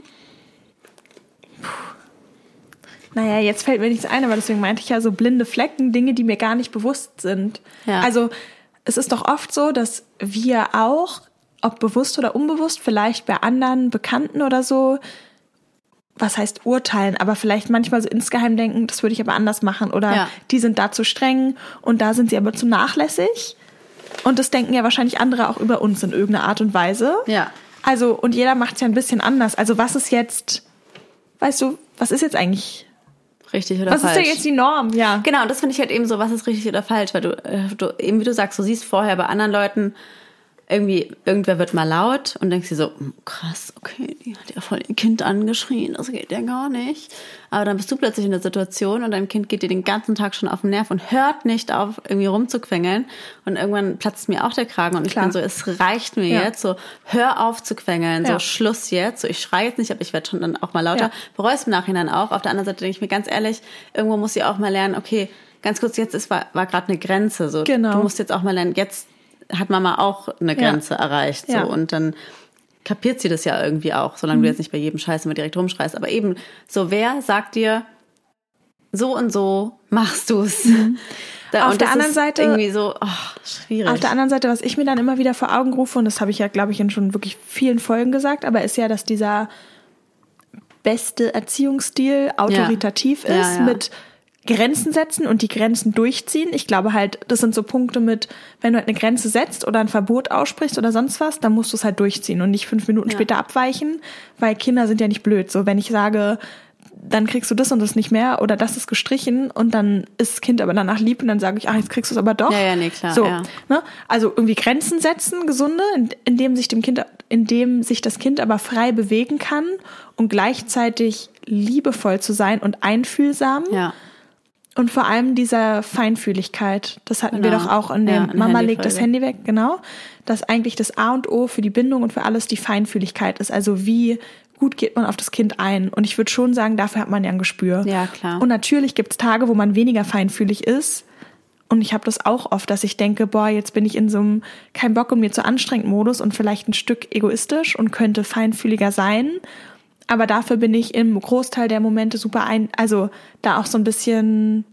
Naja, jetzt fällt mir nichts ein, aber deswegen meinte ich ja so blinde Flecken, Dinge, die mir gar nicht bewusst sind.
Ja.
Also es ist doch oft so, dass wir auch, ob bewusst oder unbewusst, vielleicht bei anderen Bekannten oder so, was heißt urteilen, aber vielleicht manchmal so insgeheim denken, das würde ich aber anders machen oder
Ja.
die sind da zu streng und da sind sie aber zu nachlässig. Und das denken ja wahrscheinlich andere auch über uns in irgendeiner Art und Weise.
Ja.
Also, und jeder macht es ja ein bisschen anders. Also was ist jetzt, weißt du, was ist jetzt eigentlich,
Richtig oder
was
falsch?
ist denn jetzt die Norm? Ja.
Genau, und das finde ich halt eben so, was ist richtig oder falsch, weil du, äh, du eben wie du sagst, du siehst vorher bei anderen Leuten irgendwie, irgendwer wird mal laut und denkst dir so, hm, krass, okay, die hat ja voll ihr Kind angeschrien, das geht ja gar nicht. Aber dann bist du plötzlich in der Situation und dein Kind geht dir den ganzen Tag schon auf den Nerv und hört nicht auf, irgendwie rumzuquengeln. Und irgendwann platzt mir auch der Kragen und ich
Klar.
bin so, es reicht mir
Ja.
jetzt, so hör auf zu quengeln, so
Ja.
Schluss jetzt. So, ich schreie jetzt nicht, aber ich werde schon dann auch mal lauter.
Ja.
Bereue es im Nachhinein auch. Auf der anderen Seite denke ich mir ganz ehrlich, irgendwo muss sie auch mal lernen, okay, ganz kurz, jetzt ist, war, war gerade eine Grenze. So,
Genau.
du musst jetzt auch mal lernen, jetzt hat Mama auch eine Grenze
Ja.
erreicht. So.
Ja.
Und dann kapiert sie das ja irgendwie auch, solange mhm. du jetzt nicht bei jedem Scheiß immer direkt rumschreist. Aber eben so, wer sagt dir, so und so machst du's?
Mhm.
Da,
auf der anderen Seite
irgendwie so oh, schwierig.
Auf der anderen Seite, was ich mir dann immer wieder vor Augen rufe, und das habe ich ja, glaube ich, in schon wirklich vielen Folgen gesagt, aber ist ja, dass dieser beste Erziehungsstil autoritativ
ja.
ist,
ja, ja.
mit Grenzen setzen und die Grenzen durchziehen. Ich glaube halt, das sind so Punkte mit, wenn du halt eine Grenze setzt oder ein Verbot aussprichst oder sonst was, dann musst du es halt durchziehen und nicht fünf Minuten ja. später abweichen, weil Kinder sind ja nicht blöd. So, wenn ich sage, dann kriegst du das und das nicht mehr oder das ist gestrichen und dann ist das Kind aber danach lieb und dann sage ich, ach, jetzt kriegst du es aber doch.
Ja, ja, nee, klar.
So,
ja.
ne? Also irgendwie Grenzen setzen, gesunde, in dem sich dem Kind, in dem sich das Kind aber frei bewegen kann und gleichzeitig liebevoll zu sein und einfühlsam.
Ja.
Und vor allem dieser Feinfühligkeit, das hatten
genau.
wir doch auch in dem
ja,
Mama legt das Handy weg, genau, dass eigentlich das A und O für die Bindung und für alles die Feinfühligkeit ist. Also wie gut geht man auf das Kind ein. Und ich würde schon sagen, dafür hat man ja ein Gespür.
Ja, klar.
Und natürlich gibt es Tage, wo man weniger feinfühlig ist. Und ich habe das auch oft, dass ich denke, boah, jetzt bin ich in so einem kein Bock und mir zu anstrengend Modus und vielleicht ein Stück egoistisch und könnte feinfühliger sein. Aber dafür bin ich im Großteil der Momente super ein, also da auch so ein bisschen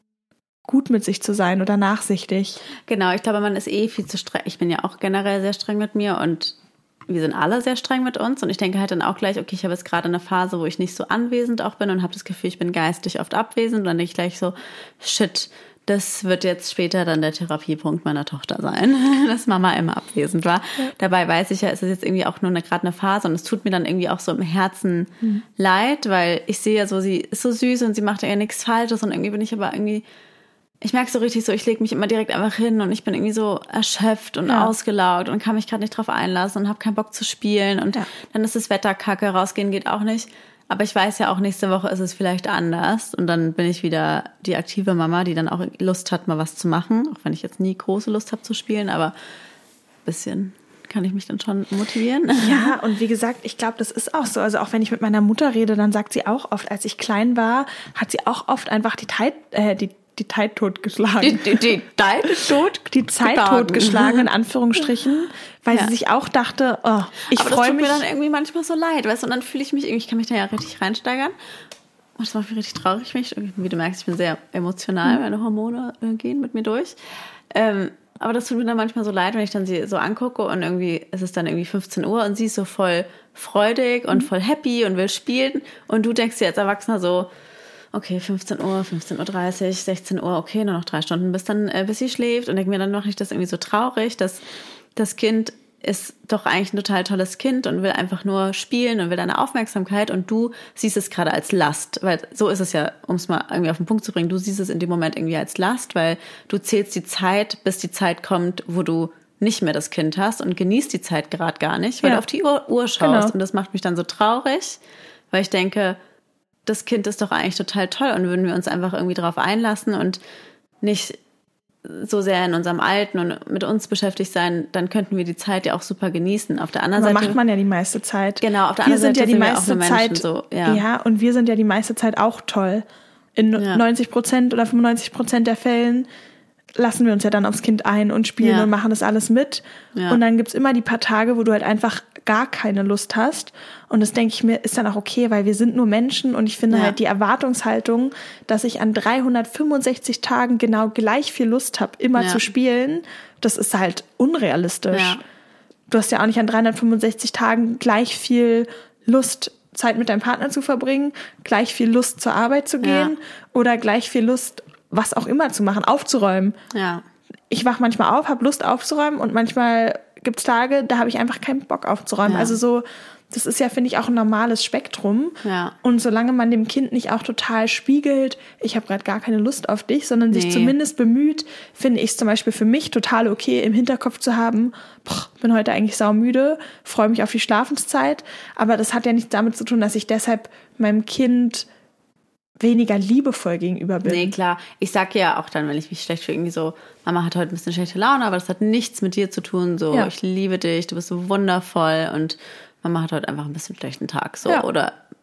gut mit sich zu sein oder nachsichtig.
Genau, ich glaube, man ist eh viel zu streng. Ich bin ja auch generell sehr streng mit mir und wir sind alle sehr streng mit uns. Und ich denke halt dann auch gleich, okay, ich habe jetzt gerade eine Phase, wo ich nicht so anwesend auch bin und habe das Gefühl, ich bin geistig oft abwesend. Und dann denke ich gleich so, shit, das wird jetzt später dann der Therapiepunkt meiner Tochter sein, dass Mama immer abwesend war. Ja. Dabei weiß ich ja, es ist jetzt irgendwie auch nur eine, gerade eine Phase und es tut mir dann irgendwie auch so im Herzen mhm. leid, weil ich sehe ja so, sie ist so süß und sie macht ja nichts Falsches und irgendwie bin ich aber irgendwie, ich merke so richtig so, ich lege mich immer direkt einfach hin und ich bin irgendwie so erschöpft und ja. ausgelaugt und kann mich gerade nicht drauf einlassen und habe keinen Bock zu spielen und ja. dann ist das Wetter kacke, rausgehen geht auch nicht. Aber ich weiß ja auch, nächste Woche ist es vielleicht anders und dann bin ich wieder die aktive Mama, die dann auch Lust hat, mal was zu machen. Auch wenn ich jetzt nie große Lust habe zu spielen, aber ein bisschen kann ich mich dann schon motivieren.
Ja, und wie gesagt, ich glaube, das ist auch so. Also auch wenn ich mit meiner Mutter rede, dann sagt sie auch oft, als ich klein war, hat sie auch oft einfach die Zeit, äh, die die Zeit totgeschlagen.
Die, die, die Zeit tot
Die Zeit totgeschlagen, in Anführungsstrichen, weil ja. sie sich auch dachte, oh, ich freue mich.
Aber das tut mir dann irgendwie manchmal so leid, weißt du, und dann fühle ich mich irgendwie, ich kann mich da ja richtig reinsteigern. Und das macht mich richtig traurig, mich. Wie du merkst, ich bin sehr emotional, meine Hormone gehen mit mir durch. Ähm, aber das tut mir dann manchmal so leid, wenn ich dann sie so angucke und irgendwie, es ist dann irgendwie fünfzehn Uhr und sie ist so voll freudig und voll happy und will spielen und du denkst dir als Erwachsener so, okay, fünfzehn Uhr, fünfzehn Uhr dreißig, sechzehn Uhr, okay, nur noch drei Stunden, bis dann, äh, bis sie schläft. Und denke mir, dann mache ich das irgendwie so traurig, dass das Kind ist doch eigentlich ein total tolles Kind und will einfach nur spielen und will deine Aufmerksamkeit und du siehst es gerade als Last, weil so ist es ja, um es mal irgendwie auf den Punkt zu bringen, du siehst es in dem Moment irgendwie als Last, weil du zählst die Zeit, bis die Zeit kommt, wo du nicht mehr das Kind hast und genießt die Zeit gerade gar nicht, weil ja. du auf die Uhr, Uhr schaust. Genau. Und das macht mich dann so traurig, weil ich denke, das Kind ist doch eigentlich total toll und würden wir uns einfach irgendwie drauf einlassen und nicht so sehr in unserem Alten und mit uns beschäftigt sein, dann könnten wir die Zeit ja auch super genießen. Auf der anderen
Aber
Seite
macht man ja die meiste Zeit.
Genau, auf der
wir
anderen
sind
Seite
ja die
sind
meiste
wir auch nur
Zeit,
Menschen so. Ja.
ja, und wir sind ja die meiste Zeit auch toll. In ja. neunzig Prozent oder fünfundneunzig Prozent der Fällen lassen wir uns ja dann aufs Kind ein und spielen
ja.
und machen das alles mit.
Ja.
Und dann gibt's immer die paar Tage, wo du halt einfach gar keine Lust hast. Und das denke ich mir, ist dann auch okay, weil wir sind nur Menschen und ich finde
ja.
halt die Erwartungshaltung, dass ich an dreihundertfünfundsechzig Tagen genau gleich viel Lust habe, immer
ja.
zu spielen, das ist halt unrealistisch.
Ja.
Du hast ja auch nicht an dreihundertfünfundsechzig Tagen gleich viel Lust, Zeit mit deinem Partner zu verbringen, gleich viel Lust zur Arbeit zu gehen
ja.
oder gleich viel Lust, was auch immer zu machen, aufzuräumen.
Ja.
Ich wach manchmal auf, habe Lust aufzuräumen und manchmal gibt's Tage, da habe ich einfach keinen Bock aufzuräumen.
Ja.
Also so, das ist ja, finde ich, auch ein normales Spektrum.
Ja.
Und solange man dem Kind nicht auch total spiegelt, ich habe gerade gar keine Lust auf dich, sondern
nee.
sich zumindest bemüht, finde ich es zum Beispiel für mich total okay, im Hinterkopf zu haben, boah, bin heute eigentlich saumüde, freue mich auf die Schlafenszeit. Aber das hat ja nichts damit zu tun, dass ich deshalb meinem Kind weniger liebevoll gegenüber bin.
Nee, klar. Ich sag ja auch dann, wenn ich mich schlecht fühle, irgendwie so, Mama hat heute ein bisschen schlechte Laune, aber das hat nichts mit dir zu tun. So,
ja.
ich liebe dich, du bist so wundervoll und Mama hat heute einfach ein bisschen schlechten Tag. So,
ja.
oder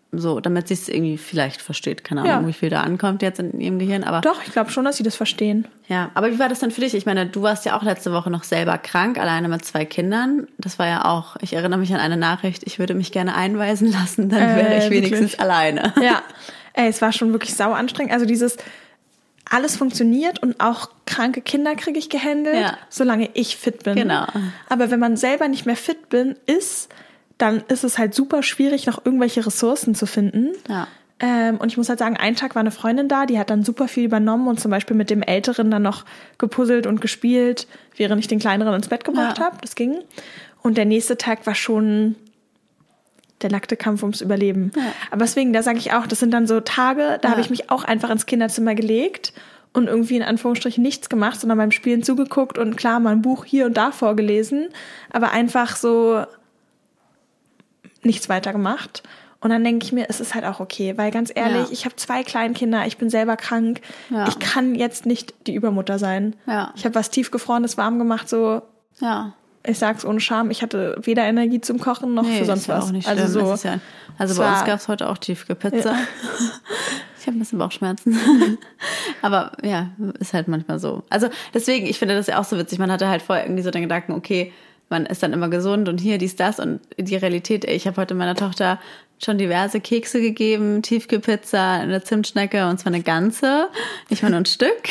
so, damit sie es irgendwie vielleicht versteht. Keine Ahnung,
Ja.
wie viel da ankommt jetzt in ihrem Gehirn. Aber
Doch, ich glaube schon, dass sie das verstehen.
ja, aber wie war das denn für dich? Ich meine, du warst ja auch letzte Woche noch selber krank, alleine mit zwei Kindern. Das war ja auch, ich erinnere mich an eine Nachricht, ich würde mich gerne einweisen lassen, dann wäre
Äh,
ich wenigstens
wirklich?
alleine.
Ja, ey, es war schon wirklich sau anstrengend. Also dieses, alles funktioniert und auch kranke Kinder kriege ich gehandelt,
Ja.
solange ich fit bin.
Genau.
Aber wenn man selber nicht mehr fit bin, ist, dann ist es halt super schwierig, noch irgendwelche Ressourcen zu finden.
Ja.
Ähm, und ich muss halt sagen, einen Tag war eine Freundin da, die hat dann super viel übernommen und zum Beispiel mit dem Älteren dann noch gepuzzelt und gespielt, während ich den Kleineren ins Bett gebracht
Ja.
habe. Das ging. Und der nächste Tag war schon der nackte Kampf ums Überleben.
Ja.
Aber deswegen, da sage ich auch, das sind dann so Tage, da
Ja.
habe ich mich auch einfach ins Kinderzimmer gelegt und irgendwie in Anführungsstrichen nichts gemacht, sondern beim Spielen zugeguckt und klar mal ein Buch hier und da vorgelesen, aber einfach so nichts weiter gemacht. Und dann denke ich mir, es ist halt auch okay, weil ganz ehrlich,
Ja.
ich habe zwei Kleinkinder, ich bin selber krank,
Ja.
ich kann jetzt nicht die Übermutter sein.
Ja.
Ich habe was tiefgefrorenes warm gemacht, so,
Ja.
ich sag's ohne Scham, ich hatte weder Energie zum Kochen noch
Nee,
für sonst
ist ja
was.
auch nicht schlimm.
also so,
Es ist ja, also
es
bei uns
war-
gab es heute auch Tiefkühlpizza. Ich habe ein bisschen Bauchschmerzen. Aber ja, ist halt manchmal so. Also deswegen, ich finde das ja auch so witzig. Man hatte halt vorher irgendwie so den Gedanken, okay, man ist dann immer gesund und hier, dies, das. Und die Realität, ey, ich habe heute meiner Tochter schon diverse Kekse gegeben, Tiefkühlpizza, eine Zimtschnecke und zwar eine ganze. Nicht mal nur ein Stück.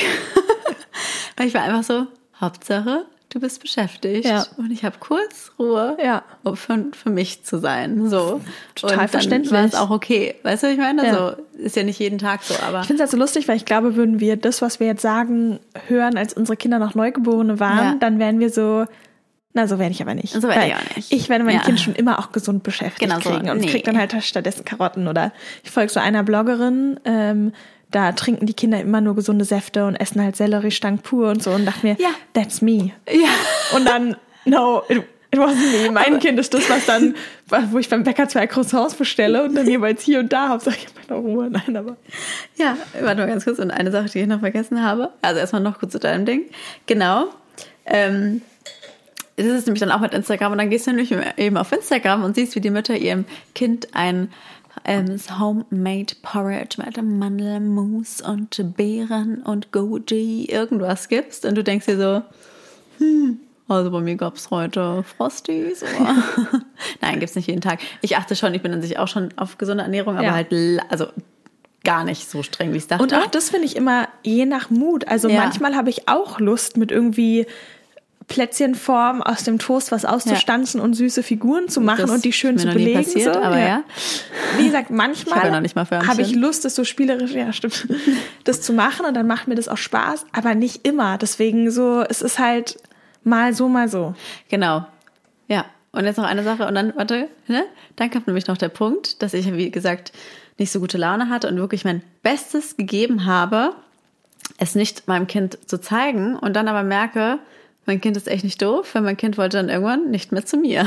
Weil ich war einfach so, Hauptsache, du bist beschäftigt.
Ja.
Und ich habe kurz Ruhe,
Ja.
um für, für mich zu sein. So.
Total
und
verständlich.
Dann war es auch okay. Weißt du, was ich meine?
Ja.
So, ist ja nicht jeden Tag so, aber
Ich finde es halt so lustig, weil ich glaube, würden wir das, was wir jetzt sagen, hören, als unsere Kinder noch Neugeborene waren,
Ja.
dann wären wir so, na, so werde ich aber nicht.
So werde
Weil
ich auch nicht.
Ich werde mein
Ja.
Kind schon immer auch gesund beschäftigt
Genau so.
kriegen und
Nee.
kriege dann halt stattdessen Karotten oder ich folge so einer Bloggerin, ähm, da trinken die Kinder immer nur gesunde Säfte und essen halt Selleriestangen pur und so und dachte mir,
Ja.
that's me.
ja.
Und dann, no, it, it wasn't me. Mein Kind ist das, was dann, wo ich beim Bäcker zwei Croissants bestelle und dann jeweils hier und da Hauptsache ich habe meine Ruhe. Nein, aber
Ja, warte mal ganz kurz. Und eine Sache, die ich noch vergessen habe. Also erstmal noch kurz zu deinem Ding. Genau. Ähm, das ist nämlich dann auch mit Instagram. Und dann gehst du nämlich eben auf Instagram und siehst, wie die Mütter ihrem Kind ein ähm, Homemade Porridge mit Mandelmus und Beeren und Goji irgendwas gibst. Und du denkst dir so, hm, also bei mir gab es heute Frosties. Oder? Nein, gibt's nicht jeden Tag. Ich achte schon, ich bin an sich auch schon auf gesunde Ernährung, aber
Ja.
halt, la- also gar nicht so streng, wie ich es dachte.
und auch das finde ich immer je nach Mut. Also
Ja.
manchmal habe ich auch Lust mit irgendwie Plätzchenform aus dem Toast was auszustanzen und süße Figuren zu machen
Das
und die schön
ist mir
zu
noch nie
belegen.
passiert,
so.
aber ja.
Wie gesagt,
Ich
manchmal
habe noch nicht mal Förmchen.
habe ich Lust, das so spielerisch, ja stimmt, das zu machen und dann macht mir das auch Spaß, aber nicht immer. Deswegen so, es ist halt mal so, mal so.
Genau. Ja. Und jetzt noch eine Sache und dann, warte, ne? Dann kommt nämlich noch der Punkt, dass ich, wie gesagt, nicht so gute Laune hatte und wirklich mein Bestes gegeben habe, es nicht meinem Kind zu zeigen und dann aber merke, mein Kind ist echt nicht doof, weil mein Kind wollte dann irgendwann nicht mehr zu mir.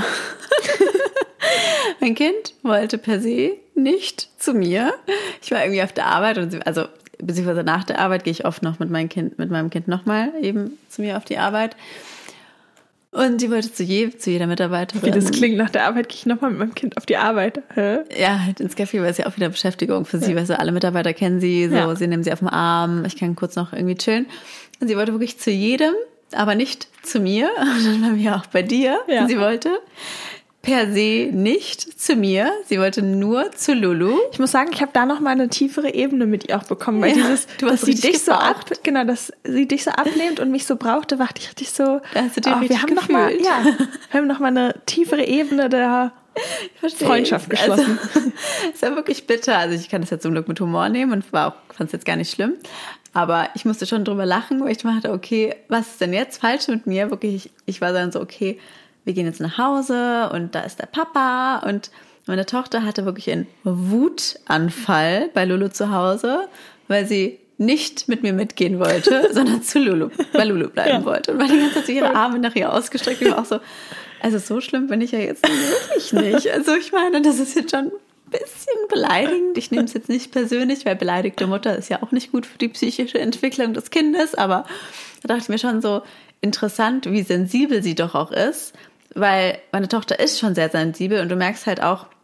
Mein Kind wollte per se nicht zu mir. Ich war irgendwie auf der Arbeit und sie, also beziehungsweise nach der Arbeit gehe ich oft noch mit meinem Kind, mit meinem Kind nochmal eben zu mir auf die Arbeit. Und sie wollte zu, je, zu jeder Mitarbeiterin.
Wie das klingt, nach der Arbeit gehe ich nochmal mit meinem Kind auf die Arbeit. Hä?
Ja, halt ins Café, weil es ja auch wieder Beschäftigung für sie, weil so alle Mitarbeiter kennen sie, so,
Ja.
sie nehmen sie auf den Arm, ich kann kurz noch irgendwie chillen. Und sie wollte wirklich zu jedem, aber nicht zu mir. Und dann waren wir auch bei dir.
Ja.
Und sie wollte per se nicht zu mir, sie wollte nur zu Lulu.
Ich muss sagen, ich habe da noch mal eine tiefere Ebene mit ihr auch bekommen, weil
Ja,
dieses,
du hast
dass sie
richtig
dich so ab,
gebraucht.
genau, dass sie dich so ablehnt und mich so brauchte, dachte ich richtig so,
Da hast du dich
oh, wir
richtig
haben noch mal,
gefühlt.
ja, wir haben noch mal eine tiefere Ebene der
Verstehe
Freundschaft
ich.
geschlossen.
Also, es war wirklich bitter. Also ich kann das jetzt zum Glück mit Humor nehmen und war auch, fand es jetzt gar nicht schlimm. Aber ich musste schon drüber lachen, weil ich dachte, okay, was ist denn jetzt falsch mit mir? Wirklich, ich, ich war dann so, okay, wir gehen jetzt nach Hause und da ist der Papa und meine Tochter hatte wirklich einen Wutanfall bei Lulu zu Hause, weil sie nicht mit mir mitgehen wollte, sondern zu Lulu, bei Lulu bleiben
Ja.
wollte. Und war die ganze Zeit so ihre Arme nach ihr ausgestreckt. Ich war auch so, also so schlimm bin ich ja jetzt wirklich nicht. Also ich meine, das ist jetzt schon ein bisschen beleidigend. Ich nehme es jetzt nicht persönlich, weil beleidigte Mutter ist ja auch nicht gut für die psychische Entwicklung des Kindes. Aber da dachte ich mir schon so, interessant, wie sensibel sie doch auch ist. Weil meine Tochter ist schon sehr sensibel und du merkst halt auch,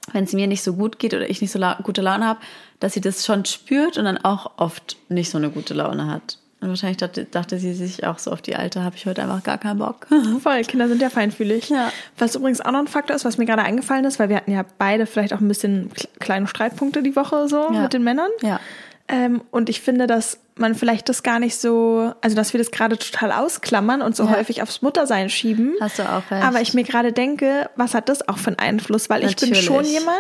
wenn es mir nicht so gut geht oder ich nicht so la- gute Laune habe, dass sie das schon spürt und dann auch oft nicht so eine gute Laune hat. Und wahrscheinlich dachte, dachte sie sich auch so, auf die Alte habe ich heute einfach gar keinen Bock.
Voll, Kinder sind ja feinfühlig.
Ja.
Was übrigens auch noch ein Faktor ist, was mir gerade eingefallen ist, weil wir hatten ja beide vielleicht auch ein bisschen kleine Streitpunkte die Woche so
Ja.
mit den Männern.
Ja.
Ähm, und ich finde, dass man vielleicht das gar nicht so, also dass wir das gerade total ausklammern und so
Ja.
häufig aufs Muttersein schieben.
Hast du auch recht.
Aber ich mir gerade denke, was hat das auch für einen Einfluss? Weil ich bin
Natürlich.
schon jemand,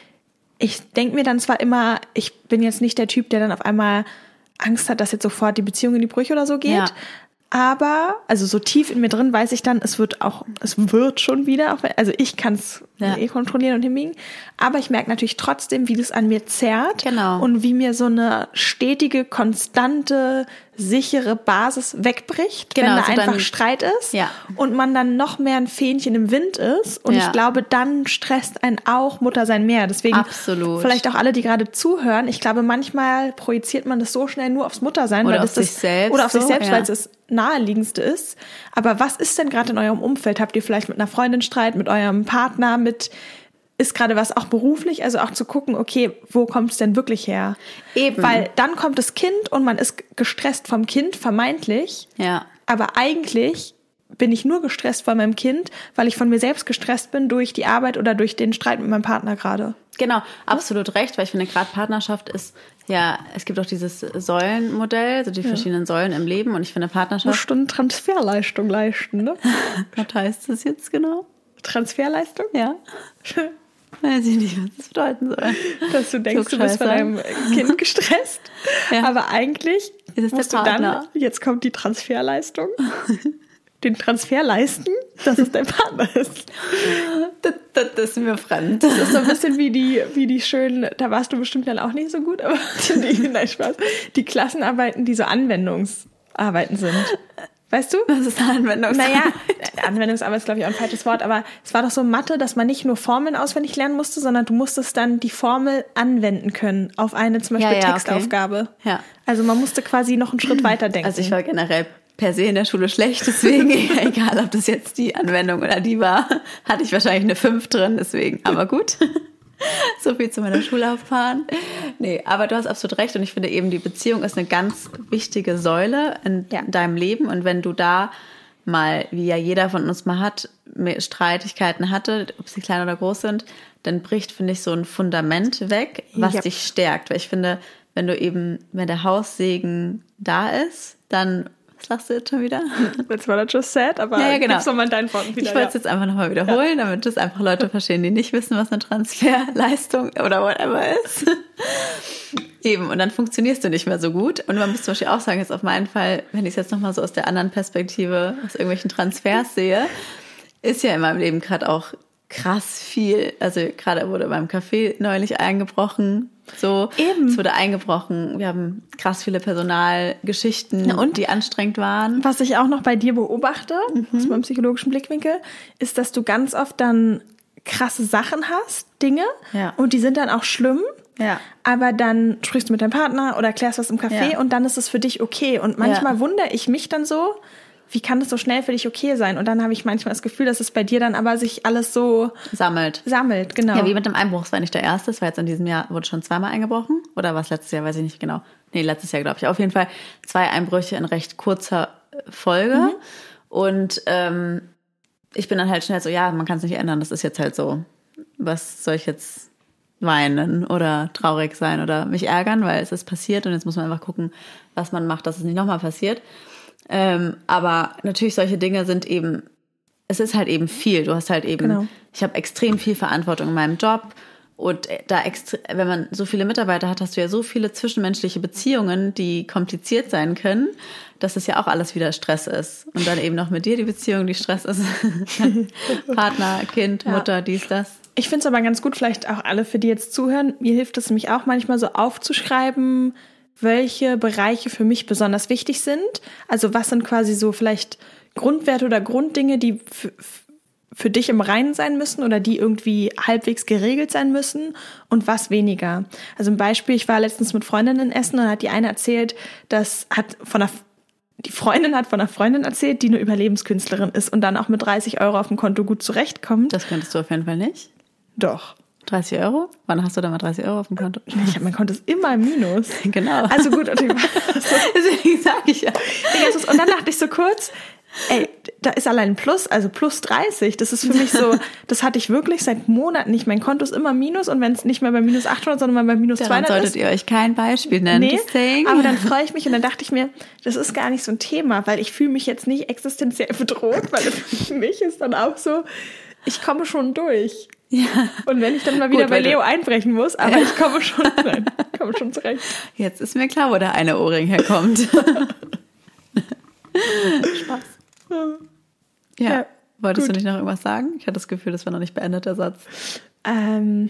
ich denke mir dann zwar immer, ich bin jetzt nicht der Typ, der dann auf einmal Angst hat, dass jetzt sofort die Beziehung in die Brüche oder so geht.
Ja.
Aber, also so tief in mir drin weiß ich dann, es wird auch, es wird schon wieder, auch wenn- also ich kann es
Ja.
eh kontrollieren und hinbiegen. Aber ich merke natürlich trotzdem, wie das an mir zerrt.
Genau.
Und wie mir so eine stetige, konstante, sichere Basis wegbricht,
Genau,
wenn da
so
einfach
dann-
Streit ist.
Ja.
Und man dann noch mehr ein Fähnchen im Wind ist. Und
Ja.
ich glaube, dann stresst einen auch Muttersein mehr. Deswegen
Absolut.
vielleicht auch alle, die gerade zuhören. Ich glaube, manchmal projiziert man das so schnell nur aufs Muttersein.
Oder
weil
auf
das
sich selbst
Oder auf sich
so,
selbst,
ja.
weil es das Naheliegendste ist. Aber was ist denn gerade in eurem Umfeld? Habt ihr vielleicht mit einer Freundin Streit, mit eurem Partner, mit... Ist gerade was auch beruflich, also auch zu gucken, okay, wo kommt es denn wirklich her?
Eben.
Weil dann kommt das Kind und man ist gestresst vom Kind, vermeintlich.
Ja.
Aber eigentlich bin ich nur gestresst von meinem Kind, weil ich von mir selbst gestresst bin durch die Arbeit oder durch den Streit mit meinem Partner gerade.
Genau, absolut recht, weil ich finde, gerade Partnerschaft ist, ja, es gibt auch dieses Säulenmodell, also die verschiedenen Säulen im Leben und ich finde
Eine
Partnerschaft,
Stunde Transferleistung leisten, ne?
was heißt das jetzt genau?
Transferleistung?
Ja. Weiß ich nicht, was das bedeuten soll.
Dass du denkst, du bist von
Klugscheißer.
deinem Kind gestresst.
Ja.
Aber eigentlich
Ist es der
musst du dann,
Partner?
jetzt kommt die Transferleistung, den Transfer leisten, dass es dein Partner ist.
Das, das, das ist mir fremd.
Das ist so ein bisschen wie die, wie die schönen, da warst du bestimmt dann auch nicht so gut, aber die, nein, Spaß, die Klassenarbeiten, die so Anwendungsarbeiten sind. Weißt du?
Das ist eine Anwendung.
Naja, Anwendungsarbeit ist, glaube ich, auch ein falsches Wort, aber es war doch so Mathe, dass man nicht nur Formeln auswendig lernen musste, sondern du musstest dann die Formel anwenden können auf eine zum Beispiel
Ja, ja, okay.
Textaufgabe.
Ja.
Also man musste quasi noch einen Schritt weiter denken.
Also ich war generell per se in der Schule schlecht, deswegen, egal ob das jetzt die Anwendung oder die war, hatte ich wahrscheinlich eine fünf drin, deswegen, aber gut. So viel zu meiner Schullaufbahn. Nee, aber du hast absolut recht und ich finde eben, die Beziehung ist eine ganz wichtige Säule in
Ja.
deinem Leben und wenn du da mal, wie ja jeder von uns mal hat, Streitigkeiten hatte, ob sie klein oder groß sind, dann bricht, finde ich, so ein Fundament weg, was
Ja.
dich stärkt. Weil ich finde, wenn du eben, wenn der Haussegen da ist, dann, was lachst du jetzt schon wieder?
That's what I just said, aber
Ja, ja, genau.
gib's doch mal in deinen Worten wieder.
Ich wollte es
ja.
jetzt einfach nochmal wiederholen, damit das einfach Leute verstehen, die nicht wissen, was eine Transferleistung oder whatever ist. Eben, und dann funktionierst du nicht mehr so gut. Und man muss zum Beispiel auch sagen, jetzt auf meinen Fall, wenn ich es jetzt nochmal so aus der anderen Perspektive, aus irgendwelchen Transfers sehe, ist ja in meinem Leben gerade auch krass viel. Also gerade wurde beim Café neulich eingebrochen. So,
Eben.
es wurde eingebrochen. Wir haben krass viele Personalgeschichten,
und?
die anstrengend waren.
Was ich auch noch bei dir beobachte,
Mhm.
aus meinem psychologischen Blickwinkel, ist, dass du ganz oft dann krasse Sachen hast, Dinge,
Ja.
und die sind dann auch schlimm.
Ja.
Aber dann sprichst du mit deinem Partner oder klärst was im Café
Ja.
und dann ist es für dich okay. Und manchmal
Ja.
wundere ich mich dann so, wie kann das so schnell für dich okay sein? Und dann habe ich manchmal das Gefühl, dass es bei dir dann aber sich alles so
Sammelt.
sammelt. Genau.
Ja, wie mit dem Einbruch. Es war nicht der erste. Es war jetzt in diesem Jahr, wurde schon zweimal eingebrochen. Oder war es letztes Jahr? Weiß ich nicht genau. Nee, letztes Jahr, glaube ich. Auf jeden Fall zwei Einbrüche in recht kurzer Folge.
Mhm.
Und ähm, ich bin dann halt schnell so, ja, man kann es nicht ändern. Das ist jetzt halt so. Was soll ich jetzt weinen oder traurig sein oder mich ärgern, weil es ist passiert und jetzt muss man einfach gucken, was man macht, dass es nicht nochmal passiert. Ähm, aber natürlich solche Dinge sind eben, es ist halt eben viel. Du hast halt eben,
Genau.
ich habe extrem viel Verantwortung in meinem Job und da extre- wenn man so viele Mitarbeiter hat, hast du ja so viele zwischenmenschliche Beziehungen, die kompliziert sein können, dass es ja auch alles wieder Stress ist. Und dann eben noch mit dir die Beziehung, die Stress ist. Partner, Kind, Mutter, dies, das.
Ich finde es aber ganz gut, vielleicht auch alle, für die jetzt zuhören, mir hilft es nämlich auch manchmal so aufzuschreiben, welche Bereiche für mich besonders wichtig sind. Also was sind quasi so vielleicht Grundwerte oder Grunddinge, die f- f- für dich im Reinen sein müssen oder die irgendwie halbwegs geregelt sein müssen und was weniger. Also ein Beispiel, ich war letztens mit Freundinnen essen und hat die eine erzählt, das hat von einer Die Freundin hat von einer Freundin erzählt, die eine Überlebenskünstlerin ist und dann auch mit dreißig Euro auf dem Konto gut zurechtkommt.
Das könntest du auf jeden Fall nicht.
Doch.
dreißig Euro? Wann hast du da mal dreißig Euro auf dem Konto?
Ich habe mein Konto ist immer im Minus.
Genau.
Also gut, und
deswegen sage ich ja.
Und dann dachte ich so kurz, ey, da ist allein ein Plus, also plus dreißig. Das ist für mich so, das hatte ich wirklich seit Monaten nicht. Mein Konto ist immer Minus und wenn es nicht mehr bei minus achthundert, sondern mal bei minus
Daran
zweihundert
solltet
ist.
ihr euch kein Beispiel nennen.
Nee,
Deswegen.
aber dann freue ich mich und dann dachte ich mir, das ist gar nicht so ein Thema, weil ich fühle mich jetzt nicht existenziell bedroht, weil für mich ist dann auch so, ich komme schon durch.
Ja.
Und wenn ich dann mal wieder
Gut,
bei Leo
du...
einbrechen muss, aber ja. ich komme schon, nein, komme schon zurecht.
Jetzt ist mir klar, wo der eine Ohrring herkommt. Spaß. Ja. ja. Wolltest gut. du nicht noch irgendwas sagen? Ich hatte das Gefühl, das war noch nicht beendet, der Satz.
Ähm,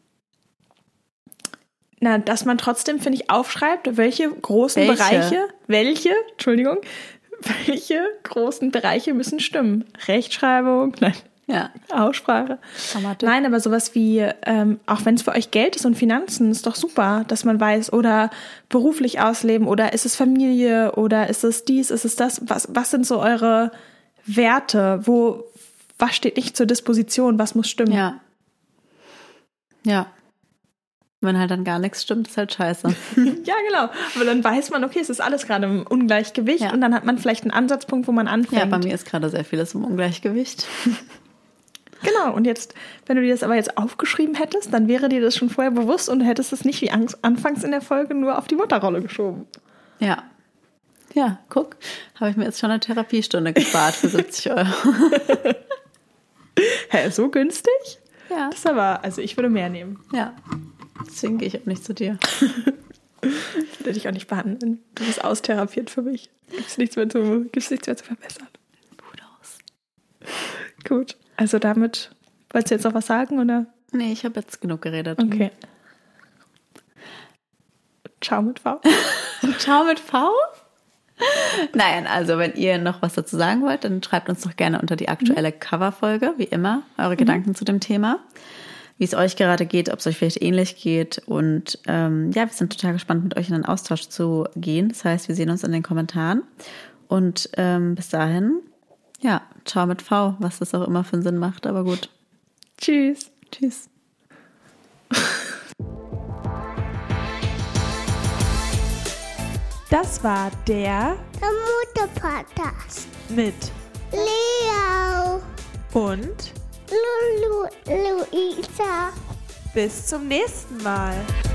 na, dass man trotzdem, finde ich, aufschreibt, welche großen welche? Bereiche, welche, Entschuldigung, welche großen Bereiche müssen stimmen. Rechtschreibung, nein.
Ja.
Aussprache. Nein, aber sowas wie, ähm, auch wenn es für euch Geld ist und Finanzen, ist doch super, dass man weiß, oder beruflich ausleben, oder ist es Familie, oder ist es dies, ist es das? Was, was sind so eure Werte? Wo, was steht nicht zur Disposition? Was muss stimmen?
Ja. Ja. Wenn halt dann gar nichts stimmt, ist halt scheiße.
Ja, genau. Aber dann weiß man, okay, es ist alles gerade im Ungleichgewicht
ja.
und dann hat man vielleicht einen Ansatzpunkt, wo man anfängt.
Ja, bei mir ist gerade sehr vieles im Ungleichgewicht.
Genau, und jetzt, wenn du dir das aber jetzt aufgeschrieben hättest, dann wäre dir das schon vorher bewusst und du hättest es nicht wie anfangs in der Folge nur auf die Mutterrolle geschoben.
Ja. Ja, guck, habe ich mir jetzt schon eine Therapiestunde gespart für siebzig Euro.
Hä, so günstig?
Ja.
Das ist aber, also ich würde mehr nehmen.
Ja, deswegen gehe ich auch nicht zu dir.
Ich würde dich auch nicht behandeln. Du bist austherapiert für mich. Gibt es nichts mehr zu, gibt's nichts mehr zu verbessern.
Gut aus.
Gut. Also damit, wolltest du jetzt noch was sagen, oder?
Nee, ich habe jetzt genug geredet.
Okay. Ciao mit V.
Ciao mit V? Nein, also wenn ihr noch was dazu sagen wollt, dann schreibt uns doch gerne unter die aktuelle mhm. Coverfolge, wie immer, eure mhm. Gedanken zu dem Thema. Wie es euch gerade geht, ob es euch vielleicht ähnlich geht. Und ähm, ja, wir sind total gespannt, mit euch in einen Austausch zu gehen. Das heißt, wir sehen uns in den Kommentaren. Und ähm, bis dahin... Ja, ciao mit V, was das auch immer für einen Sinn macht, aber gut.
Tschüss.
Tschüss.
Das war der
Mutter-Podcast
mit
Leo
und
Lulu Luisa.
Bis zum nächsten Mal.